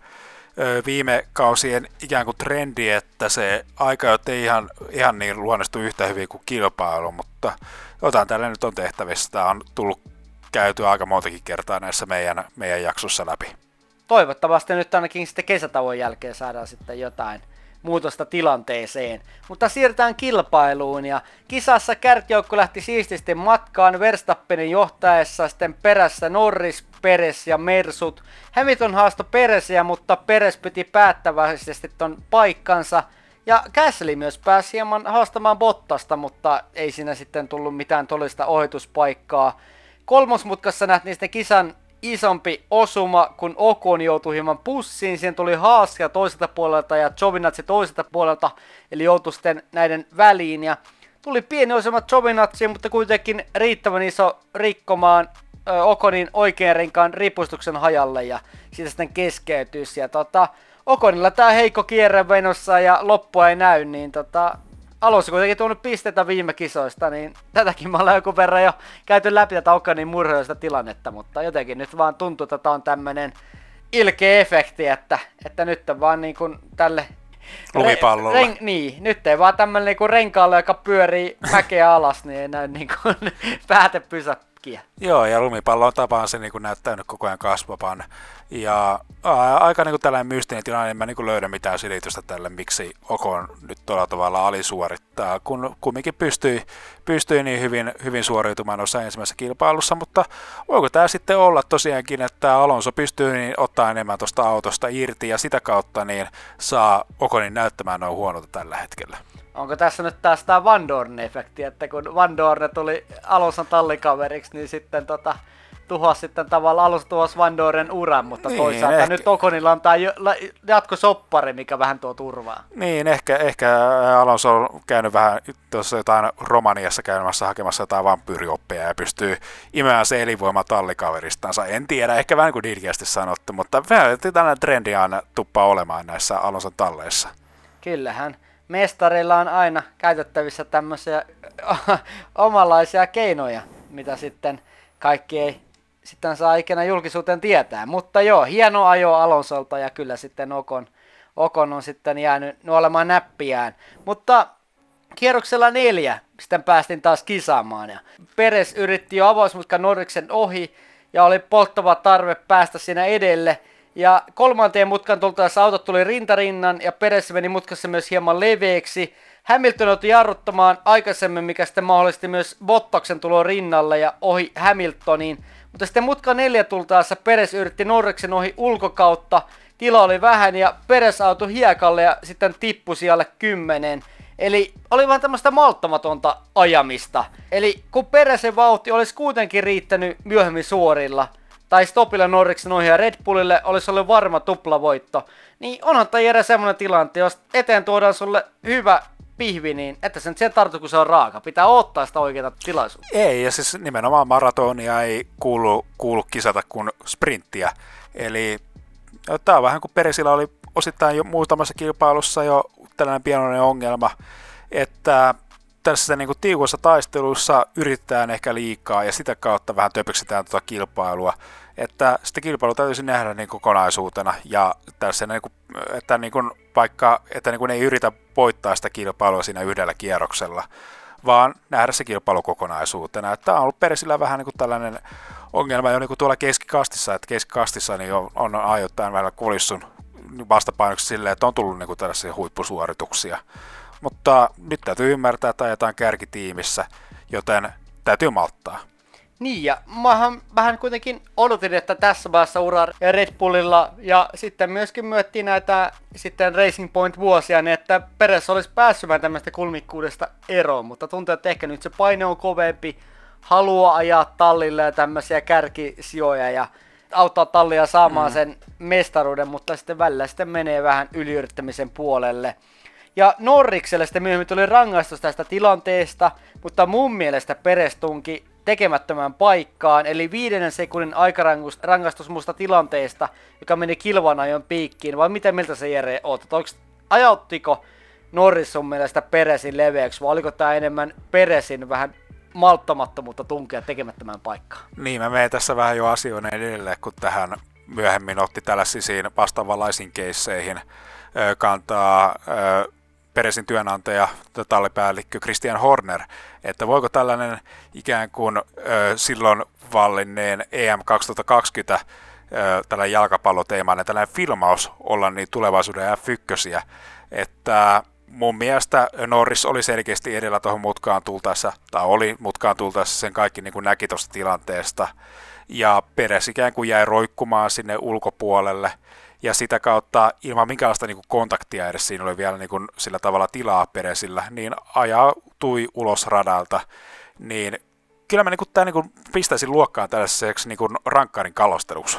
viime kausien ikään kuin trendi, että se aika ei ihan niin luonnistu yhtä hyvin kuin kilpailu, mutta jotain tällä nyt on tehtävissä. Tämä on tullut käyty aika montakin kertaa näissä meidän jaksossa läpi. Toivottavasti nyt ainakin sitten kesätauon jälkeen saadaan sitten jotain muutosta tilanteeseen. Mutta siirrytään kilpailuun ja kisassa kärkijoukko lähti siististi matkaan Verstappenin johtaessa, sitten perässä Norris, Perez ja Mersut. Hamilton haastoi Perezia, mutta Perez piti päättäväisesti ton paikkansa. Ja Gasly myös pääsi hieman haastamaan Bottasta, mutta ei siinä sitten tullut mitään todellista ohituspaikkaa. Kolmosmutkassa nähtiin sitten kisan isompi osuma, kun Ocon joutui hieman pussiin. Siihen tuli Haas ja toiselta puolelta ja Giovinazzi toiselta puolelta, eli joutui sitten näiden väliin. Ja tuli pieni osuma Giovinazziin, mutta kuitenkin riittävän iso rikkomaan Oconin oikean renkaan ripustuksen hajalle ja siitä sitten keskeytys. Ja Oconilla tää heikko kierre venossa ja loppua ei näy, niin Alonso kuitenkin tuonut pisteitä viime kisoista, niin tätäkin me ollaan joku verran jo käyty läpi tätä Oconin murheellista tilannetta, mutta jotenkin nyt vaan tuntuu, että tää on tämmönen ilkeä efekti, että nyt on vaan niin kuin tälle lumipallolla. Niin, nyt ei vaan tämmönen niin kuin renkaalle, joka pyörii mäkeä alas, niin ei näy niin kuin pääte pysäkkiä. Joo, ja lumipallon tapaan se niin kuin näyttää nyt koko ajan kasvavan. Ja aika niin kuin tällainen mystinen tilanne, en mä niin kuin löydä mitään selitystä tälle, miksi Ocon nyt tuolla tavalla alisuorittaa, kun kumminkin pystyi niin hyvin suoriutumaan noissa ensimmäisessä kilpailussa, mutta voiko tämä sitten olla tosiaankin, että Alonso pystyy niin ottaa enemmän tuosta autosta irti ja sitä kautta niin saa Oconin näyttämään noin huonolta tällä hetkellä? Onko tässä nyt taas tämä Van Dorn-efekti, että kun Van Dorn tuli Alonson tallikaveriksi, niin sitten tuhosi sitten tavallaan Alonso tuhosi Van Dornen uran, mutta niin, toisaalta nyt Oconilla on tämä jatkosoppari, mikä vähän tuo turvaa. Niin, ehkä Alonso on käynyt vähän tuossa jotain Romaniassa käymässä hakemassa jotain vampyyrioppeja ja pystyy imään se elinvoima tallikaveristansa. En tiedä, ehkä vähän kuin ilkeästi sanottu, mutta vähän tällainen trendi aina tuppaa olemaan näissä Alonson talleissa. Kyllähän. Mestarilla on aina käytettävissä tämmöisiä omanlaisia keinoja, mitä sitten kaikki ei sitten saa ikinä julkisuuteen tietää. Mutta joo, hieno ajo Alonsolta ja kyllä sitten Ocon on sitten jäänyt nuolemaan näppiään. Mutta kierroksella 4 sitten päästiin taas kisaamaan ja Perez yritti jo avausmutkan Norriksen ohi ja oli polttava tarve päästä siinä edelle. Ja kolmanteen mutkan tultaessa autot tuli rintarinnan ja Perez meni mutkassa myös hieman leveäksi. Hamilton joutui jarruttamaan aikaisemmin, mikä sitten mahdollisti myös Bottaksen tulo rinnalle ja ohi Hamiltoniin. Mutta sitten mutka 4 tultaessa Perez yritti Norriksen ohi ulkokautta. Tila oli vähän ja Perez autui hiekalle ja sitten tippui sijalle 10. Eli oli vähän tämmöistä malttamatonta ajamista. Eli kun Perezin vauhti olisi kuitenkin riittänyt myöhemmin suorilla, tai stopilla Norriksen ohi ja Red Bullille olisi ollut varma tuplavoitto, niin onhan tämä Jere semmoinen tilanne, jos eteen tuodaan sulle hyvä pihvi, niin että sen tartu, kun se on raaka. Pitää ottaa sitä oikeaa tilaisuutta. Ei, ja siis nimenomaan maratonia ei kuulu kisata kuin sprinttiä. Eli tämä on vähän kuin Perezillä oli osittain jo muutamassa kilpailussa jo tällainen pienoinen ongelma, että tässä niin kuin tiukossa taistelussa yritetään ehkä liikaa ja sitä kautta vähän töpöksetään tuota kilpailua, että sitä kilpailua täytyisi nähdä niin kokonaisuutena ja tässä niin kuin, että niin kuin, vaikka että niin kuin ei yritä voittaa sitä kilpailua siinä yhdellä kierroksella, vaan nähdä se kilpailu kokonaisuutena. Tämä on ollut Perezillä vähän niin kuin tällainen ongelma jo niin kuin tuolla keskikastissa, että keskikastissa niin on ajoittain välillä kulissun vastapainoksi silleen, että on tullut niin kuin tällaisia huippusuorituksia. Mutta nyt täytyy ymmärtää, että ajetaan kärkitiimissä, joten täytyy malttaa. Niin, ja vähän kuitenkin odotin, että tässä vaiheessa uraa Red Bullilla ja sitten myöskin myöttiin näitä sitten Racing Point-vuosia, niin että Perez olisi päässyt tämmöistä kulmikkuudesta eroon, mutta tuntuu, että ehkä nyt se paine on kovempi, haluaa ajaa tallille ja tämmöisiä kärkisijoja ja auttaa tallia saamaan sen mestaruuden, mutta sitten välillä sitten menee vähän yliyrittämisen puolelle. Ja Norrikselle sitten myöhemmin tuli rangaistus tästä tilanteesta, mutta mun mielestä Perez tunki tekemättömään paikkaan, eli 5 sekunnin aikarangaistus muusta tilanteesta, joka meni kilvan ajon piikkiin, vai miten miltä se Jere oot? Ajauttiko Norris sun mielestä Peresin leveäksi, vai oliko tää enemmän Peresin vähän malttamattomuutta tunkea tekemättömään paikkaan? Niin, mä menen tässä vähän jo asioiden edelleen, kun tähän myöhemmin otti tällaisiin vastaavanlaisiin keisseihin kantaa Peresin työnantaja, tallipäällikkö Christian Horner, että voiko tällainen ikään kuin silloin vallinneen EM 2020 tällainen jalkapalloteemainen tällainen filmaus olla niin tulevaisuuden F1, että mun mielestä Norris oli selkeästi edellä tuohon mutkaan tultaessa, tai oli mutkaan tultaessa, sen kaikki niin kuin näki tuosta tilanteesta, ja Peres ikään kuin jäi roikkumaan sinne ulkopuolelle, ja sitä kautta ilman minkäänlaista niin kuin kontaktia edes siinä oli vielä niin kuin sillä tavalla tilaa Peresillä, niin ajautui ulos radalta, niin kyllä mä niin kuin, tämä niin kuin pistäisin luokkaan tällaiseksi niin kuin rankkarin kalosteluksi.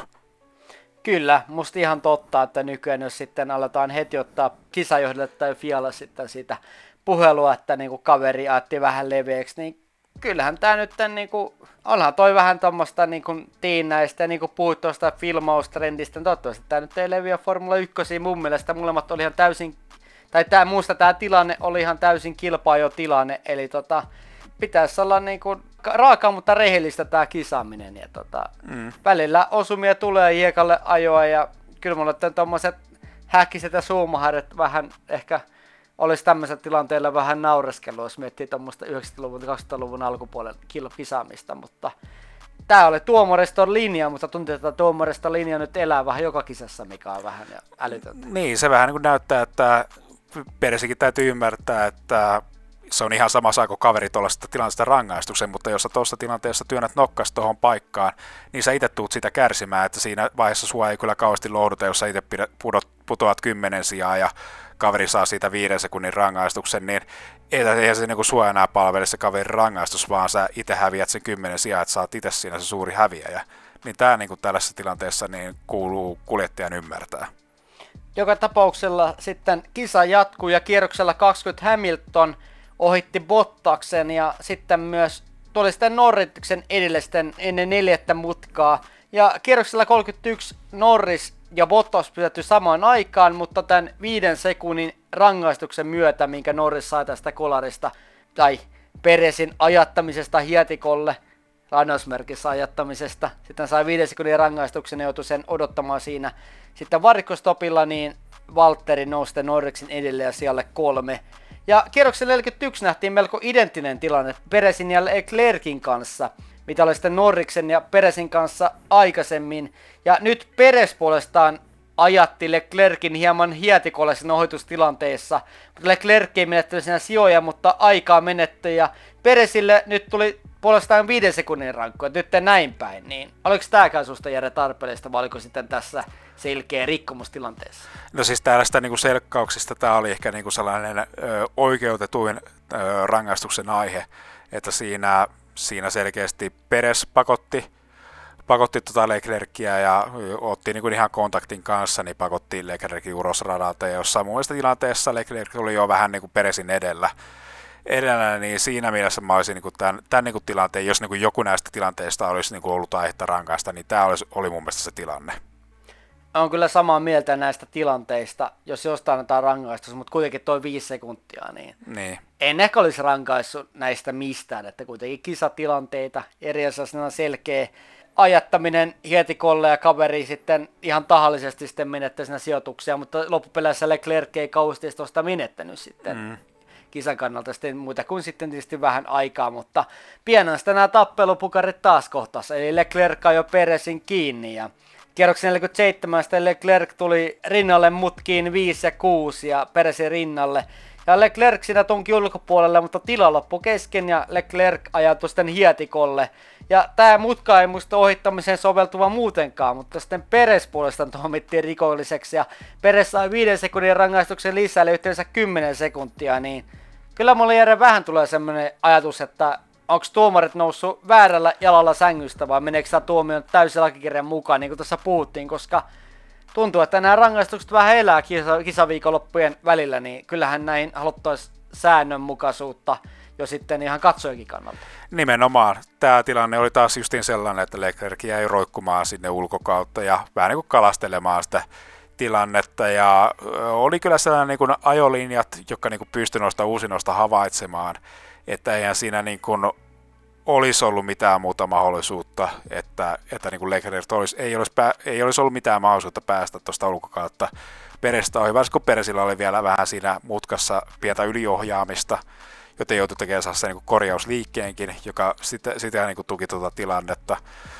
Kyllä, musta ihan totta, että nykyään jos sitten aletaan heti ottaa kisajohdille tai Fialla sitten siitä puhelua, että niinku kaveri ajatti vähän leveäksi, niin kyllähän tää nyt niinku, onhan toi vähän tommoista niinku tiinnäistä ja niinku puhuit tuosta filmaustrendistä, toivottavasti tää nyt ei leviä Formula 1, mun mielestä molemmat oli ihan täysin, tai tää tilanne oli ihan täysin kilpaijotilanne, eli pitäisi olla niinku raakaa, mutta rehellistä tää kisaaminen. Ja välillä osumia tulee hiekalle ajoa ja kyllä mulle tommoset häkkiset ja Schumacherit vähän ehkä olisi tämmöisellä tilanteella vähän naureskelua, jos miettii tommoista 90-luvun ja 2000-luvun alkupuolen kisaamista, mutta tää oli tuomariston linja, mutta tuntuu, että tuomariston linja nyt elää vähän joka kisassa, mikä on vähän älytöntä. Niin, se vähän niin kuin näyttää, että Peresikin täytyy ymmärtää, että se on ihan sama saako kaveri tuollaisesta tilanteesta rangaistuksen, mutta jos sä tuossa tilanteessa työnnät nokkas tuohon paikkaan, niin sä itse tuut sitä kärsimään, että siinä vaiheessa sua ei kyllä kauheasti lohduta, jos sä itse putoat 10 sijaa ja kaveri saa siitä 5 sekunnin rangaistuksen, niin eihän se niinku sua enää palvele se kaverin rangaistus, vaan sä itse häviät sen 10 sijaa, että sä oot itse siinä se suuri häviäjä. Niin tää niinku tällaisessa tilanteessa niin kuuluu kuljettajan ymmärtää. Joka tapauksella sitten kisa jatkuu ja kierroksella 20 Hamilton ohitti Bottaksen ja sitten myös tuli sitten Norriksen edelle sitten ennen 4. mutkaa. Ja kierroksella 31 Norris ja Bottas pysähtyi samaan aikaan, mutta tämän 5 sekunnin rangaistuksen myötä, minkä Norris sai tästä kolarista, tai Peresin ajattamisesta hietikolle, lainausmerkissä ajattamisesta, sitten sai 5 sekunnin rangaistuksen ja joutui sen odottamaan siinä. Sitten varikkostopilla niin Valtteri nousi Norriksen edelle ja sijalle 3. Ja kierroksen 41 nähtiin melko identtinen tilanne Peresin ja Leclerkin kanssa, mitä oli sitten Norriksen ja Peresin kanssa aikaisemmin. Ja nyt Peres puolestaan ajatti Leclerkin hieman hietikolle siinä ohitustilanteessa. Leclerc ei menettänyt siinä sijoja, mutta aikaa menettyi ja Peresille nyt tuli puolestaan 5 sekunnin rankku, että nyt näin päin. Niin oliko tämäkään susta Jere tarpeellista vai oliko sitten tässä selkeä rikkomustilanteessa? No siis tällaista niin kuin selkkauksista tämä oli ehkä niin kuin sellainen oikeutetuin rangaistuksen aihe, että siinä selkeästi Peres pakotti Leclercia ja otti niin kuin ihan kontaktin kanssa, niin pakotti Leclercin ulos radalta ja jossain muissa tilanteessa Leclerc oli jo vähän niin kuin Peresin edellä, niin siinä mielessä mä olisin niin kuin tämän niin kuin tilanteen, jos niin kuin joku näistä tilanteista olisi niin kuin ollut aihetta rankaista, niin tämä oli mun mielestä se tilanne. On kyllä samaa mieltä näistä tilanteista, jos jostain annetaan rangaistus, mutta kuitenkin toi 5 sekuntia, niin en ehkä olisi rankaissut näistä mistään, että kuitenkin kisatilanteita, eri asiassa selkeä ajattaminen hietikolle ja kaveri sitten ihan tahallisesti sitten menettäisi siinä sijoituksia, mutta loppupeleissä Leclerc ei kauheasti tuosta menettänyt sitten kisan kannalta sitten muuta kuin sitten tietysti vähän aikaa, mutta pienenä nämä tappelupukarit taas kohtas, eli Leclerc jo Peresin kiinni ja kierroksen 47 Leclerc tuli rinnalle mutkiin 5 ja 6 ja Peresin rinnalle. Ja Leclerc siinä tunki ulkopuolelle, mutta tila loppui kesken ja Leclerc ajautui sitten hietikolle. Ja tämä mutka ei muista ohittamiseen soveltuva muutenkaan, mutta sitten Peres puolestaan tuomittiin rikolliseksi ja Peres sai 5 sekunnin rangaistuksen lisää, eli yhteensä 10 sekuntia, niin kyllä mulle Jere vähän tulee semmoinen ajatus, että onko tuomarit noussut väärällä jalalla sängystä vai meneekö tämä tuomio täysin lakikirjan mukaan, niin kuin tuossa puhuttiin, koska tuntuu, että nämä rangaistukset vähän elää kisaviikonloppujen välillä, niin kyllähän näin haluttaisiin säännönmukaisuutta jo sitten ihan katsojakin kannalta. Nimenomaan. Tämä tilanne oli taas justiin sellainen, että Leclerc jäi roikkumaan sinne ulkokautta ja vähän niin kuin kalastelemaan sitä tilannetta, ja oli kyllä sellainen niin kuin ajolinjat, jotka niin kuin pystyi noista uusinoista havaitsemaan, että eihän siinä niin kuin olisi ollut mitään muuta mahdollisuutta, että niin kuin Leclerc ei olisi ollut mitään mahdollisuutta päästä tuosta ulkokautta Perestä ohi, varsinkin kun Peresillä oli vielä vähän siinä mutkassa pientä yliohjaamista, joten joutui tekemään sen niin kuin korjausliikkeenkin, joka sitä niin kuin tuki tuota tilannetta,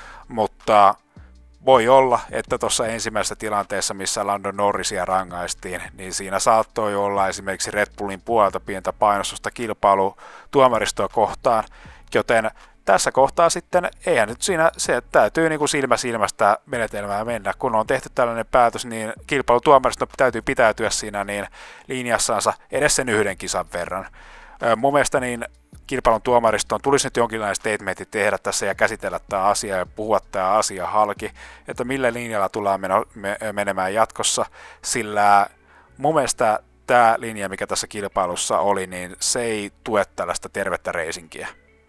mutta voi olla, että tuossa ensimmäisessä tilanteessa, missä Lando Norrisia rangaistiin, niin siinä saattoi olla esimerkiksi Red Bullin puolelta pientä painostusta kilpailutuomaristoa kohtaan, joten tässä kohtaa sitten eihän nyt siinä, se täytyy niin kuin silmä silmästä menetelmää mennä. Kun on tehty tällainen päätös, niin kilpailutuomaristo täytyy pitäytyä siinä niin linjassansa edes sen yhden kisan verran. Mun mielestä niin kilpailun tuomaristoon tulisi nyt jonkinlainen statementti tehdä tässä ja käsitellä tämä asia ja puhua tämä asia halki, että millä linjalla tullaan menemään jatkossa, sillä mun mielestä tämä linja, mikä tässä kilpailussa oli, niin se ei tue tällaista tervettä reisinkiä.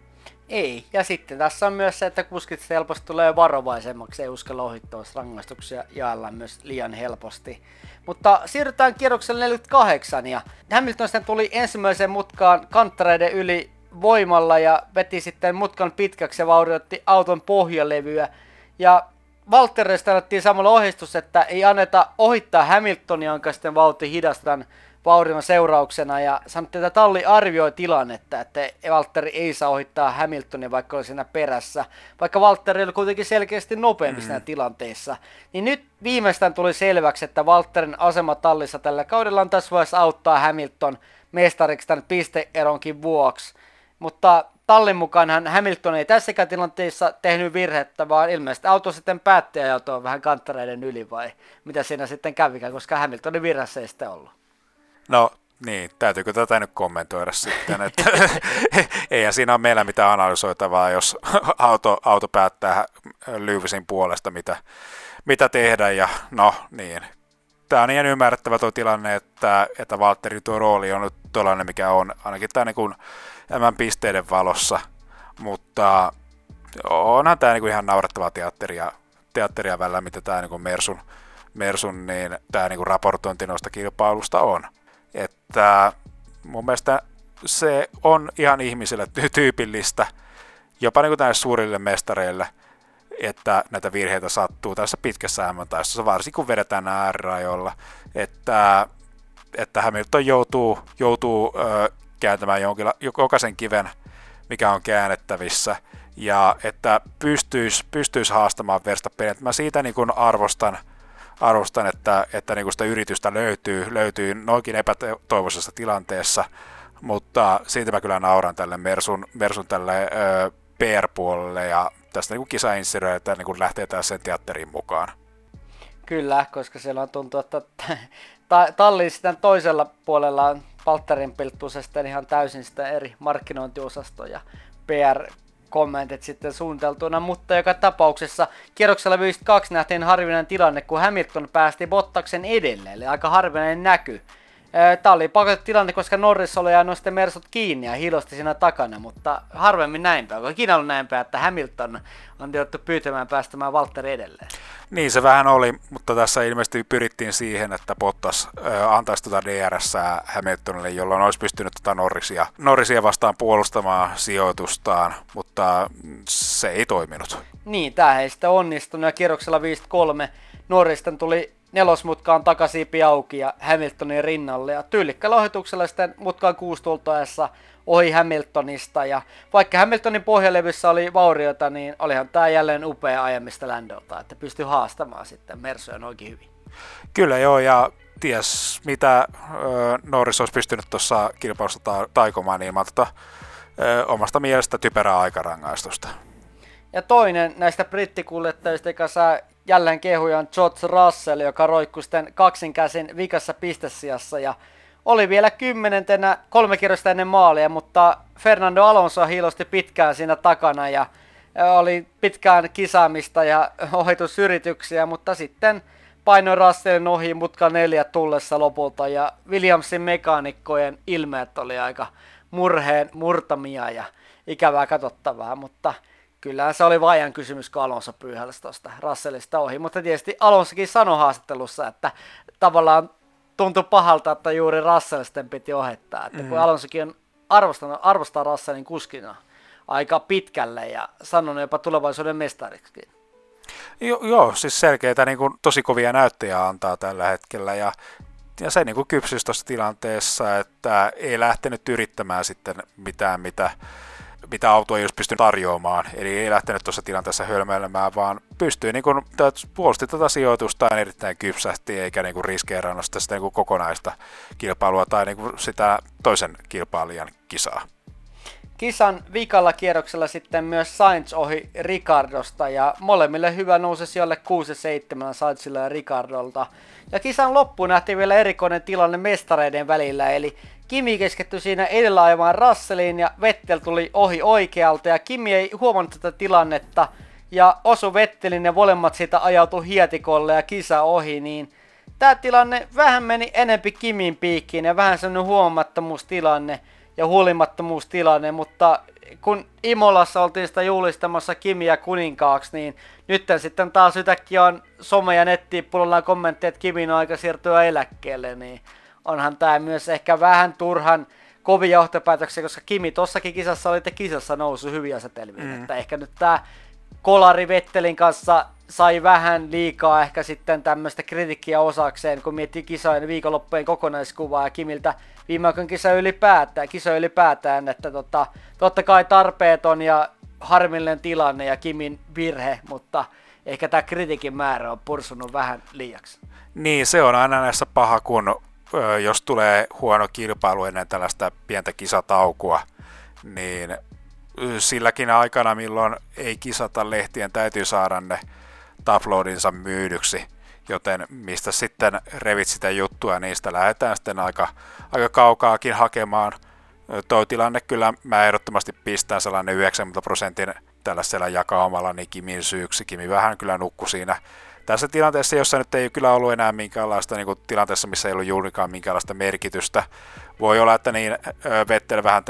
Ei, ja sitten tässä on myös se, että kuskit helposti tulee varovaisemmaksi, ei uskalla ohittaa rangaistuksia jaellaan myös liian helposti. Mutta siirrytään kierrokselle 48, ja Hamilton sitten tuli ensimmäiseen mutkaan kanttereiden yli voimalla ja veti sitten mutkan pitkäksi ja vaurioitti auton pohjalevyä. Ja Valtterista annettiin samalla ohjeistus, että ei anneta ohittaa Hamiltonia, jonka sitten vauhti hidastan vaurion seurauksena, ja sanottiin, että talli arvioi tilannetta, että Valtteri ei saa ohittaa Hamiltonia, vaikka oli siinä perässä, vaikka Valtteri oli kuitenkin selkeästi nopeampi siinä tilanteessa. Niin nyt viimeistään tuli selväksi, että Valtterin asema tallissa tällä kaudella on tässä vaiheessa auttaa Hamilton mestariksi tämän pisteeronkin vuoksi. Mutta tallin mukaan Hamilton ei tässäkään tilanteessa tehnyt virhettä, vaan ilmeisesti auto sitten päätti ajautua vähän kanttereiden yli, vai mitä siinä sitten kävikään, koska Hamiltonin virheessä ei sitten ollut. No niin, täytyykö tätä nyt kommentoida sitten, että eihän siinä ole meillä mitään analysoitavaa, jos auto päättää Lewisin puolesta, mitä tehdä, ja no niin. Tämä on ihan ymmärrettävä tuo tilanne, että Valtterin tuo rooli on nyt tollainen, mikä on, ainakin tämä niin kuin pisteiden valossa, mutta onhan tämä niin kuin ihan naurettavaa teatteria välillä, mitä tämä niin kuin Mersun niin tämä niin kuin raportointi noista kilpailusta on. Että mun mielestä se on ihan ihmisille tyypillistä, jopa niin kuin tänne suurille mestareille, että näitä virheitä sattuu tässä pitkässä MM-taistossa, varsinkin kun vedetään äärirajoilla, että Hamilton joutuu kääntämään jokaisen kiven, mikä on käännettävissä, ja että pystyisi haastamaan Verstappenia. Mä siitä niin kuin arvostan, että niin kuin sitä yritystä löytyy noinkin epätoivoisessa tilanteessa, mutta siitä mä kyllä nauran tälle Mersun tälle PR-puolelle, ja tästä niin kisainsinööriltä niin lähtee taas sen teatteriin mukaan. Kyllä, koska siellä on tuntuu, että tallin sitten toisella puolella on Valtterin pilttuusesta ihan täysin sitä eri markkinointiosasto ja PR-kommentit sitten suunniteltuna, mutta joka tapauksessa kierroksella 52 nähtiin harvinainen tilanne, kun Hamilton päästi Bottaksen edelle, eli aika harvinainen näky. Tämä oli pakotettu tilanne, koska Norris oli jäänyt sitten Mersut kiinni ja hiilosti siinä takana, mutta harvemmin näinpä. Onko ikinä ollut näinpä, että Hamilton on jouduttu pyytämään päästämään Valtteri edelleen? Niin se vähän oli, mutta tässä ilmeisesti pyrittiin siihen, että Bottas antaisi tuota DRS:ää Hamiltonille, jolloin olisi pystynyt tuota Norrisia vastaan puolustamaan sijoitustaan, mutta se ei toiminut. Niin, tämä ei sitten onnistunut, ja kierroksella 53 Norristen tuli nelosmutkaan takasiipi auki ja Hamiltonin rinnalle, ja tyylikkällä ohituksella sitten mutkaan 6 tultaessa ohi Hamiltonista, ja vaikka Hamiltonin pohjalevyssä oli vaurioita, niin olihan tämä jälleen upea ajamista Landolta, että pystyi haastamaan sitten Mersuja noinkin hyvin. Kyllä joo, ja ties mitä Norris olisi pystynyt tuossa kilpailussa taikomaan ilman omasta mielestä typerää aikarangaistusta. Ja toinen näistä brittikuljettajista, joka saa jälleen kehuja, on George Russell, joka roikkui sitten kaksinkäsin vikassa pistesijassa ja oli vielä 10. 3 kierrosta ennen maalia, mutta Fernando Alonso hiilosti pitkään siinä takana ja oli pitkään kisaamista ja ohitusyrityksiä, mutta sitten painoi Russellin ohi mutka 4 tullessa lopulta, ja Williamsin mekaanikkojen ilmeet oli aika murheen murtamia ja ikävää katsottavaa, mutta kyllähän se oli vaian kysymys, kun Alonso pyyhälsi tuosta Russellista ohi, mutta tietysti Alonsokin sanoi haastattelussa, että tavallaan tuntui pahalta, että juuri Russell sitten piti ohittaa, että kun Alonsokin on arvostaa Russellin kuskina aika pitkälle ja sanonut jopa tulevaisuuden mestariksikin. Joo, siis selkeitä niin kuin, tosi kovia näyttöjä antaa tällä hetkellä ja se niin kuin kypsys tuossa tilanteessa, että ei lähtenyt yrittämään sitten mitään, mitä auto ei olisi pystynyt tarjoamaan. Eli ei lähtenyt tuossa tilanteessa hölmöilemään, vaan pystyi niin kuin, puolusti tätä sijoitustaan erittäin kypsästi, eikä niin kuin riskeerannut sitä niin kuin kokonaista kilpailua tai niin kuin sitä toisen kilpailijan kisaa. Kisan vikalla kierroksella sitten myös Sainz ohi Ricardosta ja molemmille hyvä nousi sijoille 6 ja 7 Sainzilla ja Ricardolta. Ja kisan loppuun nähtiin vielä erikoinen tilanne mestareiden välillä, eli Kimi keskittyi siinä edellä ajamaan Russelliin ja Vettel tuli ohi oikealta ja Kimi ei huomannut tätä tilannetta ja osui Vettelin ja molemmat siitä ajautui hietikolle ja kisa ohi, niin tämä tilanne vähän meni enempi Kimin piikkiin ja vähän sellainen huomattomuustilanne ja huolimattomuustilanne, mutta kun Imolassa oltiin sitä juhlistamassa Kimiä kuninkaaksi, niin nyt sitten taas yhtäkkiä on some ja nettiin puolellaan kommentteja, että Kimin on aika siirtyä eläkkeelle, niin onhan tämä myös ehkä vähän turhan kovia johtopäätöksiä, koska Kimi tossakin kisassa oli kisassa nousu hyviä asetelmiin, että ehkä nyt tämä kolari Vettelin kanssa sai vähän liikaa ehkä sitten tämmöistä kritiikkiä osakseen, kun miettii kisojen viikonloppujen kokonaiskuvaa ja Kimiltä viime aikoina kisa ylipäätään, että totta kai tarpeeton ja harmillinen tilanne ja Kimin virhe, mutta ehkä tämä kritiikin määrä on pursunut vähän liiaksi. Niin, se on aina näissä paha, kun jos tulee huono kilpailu ennen tällaista pientä kisataukoa, niin silläkin aikana, milloin ei kisata, lehtien täytyy saada ne uploadinsa myydyksi, joten mistä sitten revit sitä juttua, niistä lähdetään sitten aika kaukaakin hakemaan. Tuo tilanne kyllä mä ehdottomasti pistän sellainen 90% tällaisella jakaumalla niin Kimin syyksi. Kimi vähän kyllä nukkui siinä tässä tilanteessa, jossa nyt ei kyllä ollut enää minkäänlaista niin kuin tilanteessa, missä ei ollut juurikaan minkäänlaista merkitystä. Voi olla, että niin Vettel vähän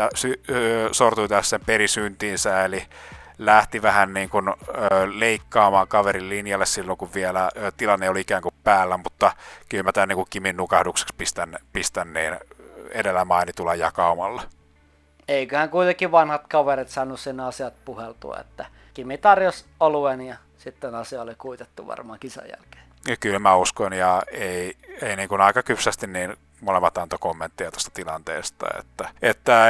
sortui tässä sen perisyntiinsä, eli lähti vähän niin kuin leikkaamaan kaverin linjalle silloin, kun vielä tilanne oli ikään kuin päällä, mutta kyllä mä tämän niin kuin Kimin nukahdukseksi pistän niin edellä mainitulla jakaumalla. Eiköhän kuitenkin vanhat kaverit saanut sen asiat puheltua, että Kimi tarjosi oluen ja sitten asia oli kuitettu varmaan kisan jälkeen. Ja kyllä mä uskon, ja ei niin kuin aika kypsästi niin molemmat antoi kommentteja tuosta tilanteesta, että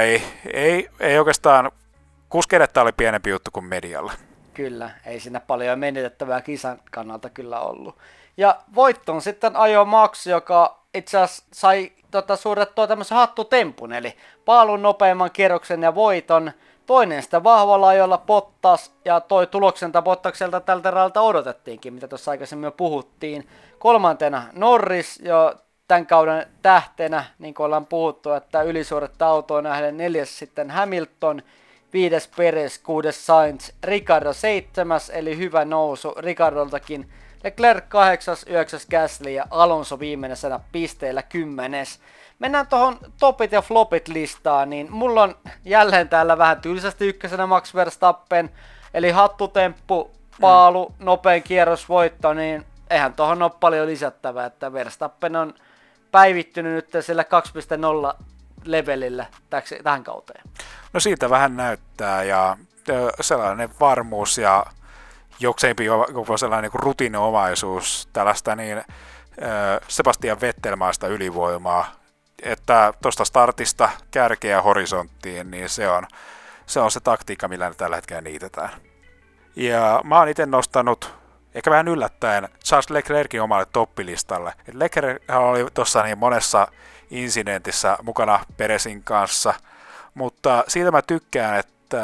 ei oikeastaan kuskeille tämä oli pienempi juttu kuin medialla. Kyllä, ei siinä paljon menetettävää kisan kannalta kyllä ollut. Ja voittoon sitten ajoi Max, joka itse asiassa sai suoritettua tämmöisen hattutempun, eli paalun nopeimman kierroksen ja voiton. Toinen sitä vahvalla ajolla Bottas, ja toi tuloksenta Bottakselta tältä erältä odotettiinkin, mitä tuossa aikaisemmin jo puhuttiin. Kolmantena Norris, jo tämän kauden tähtenä, niin kuin ollaan puhuttu, että ylisuoretta autoa nähden. Neljäs sitten Hamilton, 5. Perez, 6. Sainz, Ricardo 7. eli hyvä nousu Ricardoltakin. Leclerc 8, 9. Gasly ja Alonso viimeisenä pisteillä 10. Mennään tuohon topit ja flopit listaan, niin mulla on jälleen täällä vähän tylsästi ykkösenä Max Verstappen, eli hattutemppu, paalu, nopein kierrosvoitto, niin eihän tuohon ole paljon lisättävää, että Verstappen on päivittynyt nyt sillä 2.0 levelillä tähän kauteen. No siitä vähän näyttää, ja sellainen varmuus ja jokseenpi jopa sellainen niin rutiininomaisuus, tällaista niin Sebastian Vettelmaista ylivoimaa, että tuosta startista kärkeä horisonttiin, niin se on se taktiikka, millä ne tällä hetkellä niitetään. Ja mä oon itse nostanut, ehkä vähän yllättäen, Charles Leclercin omalle toppilistalle. Leclerc oli tuossa niin monessa incidentissä mukana Perezin kanssa, mutta siitä mä tykkään,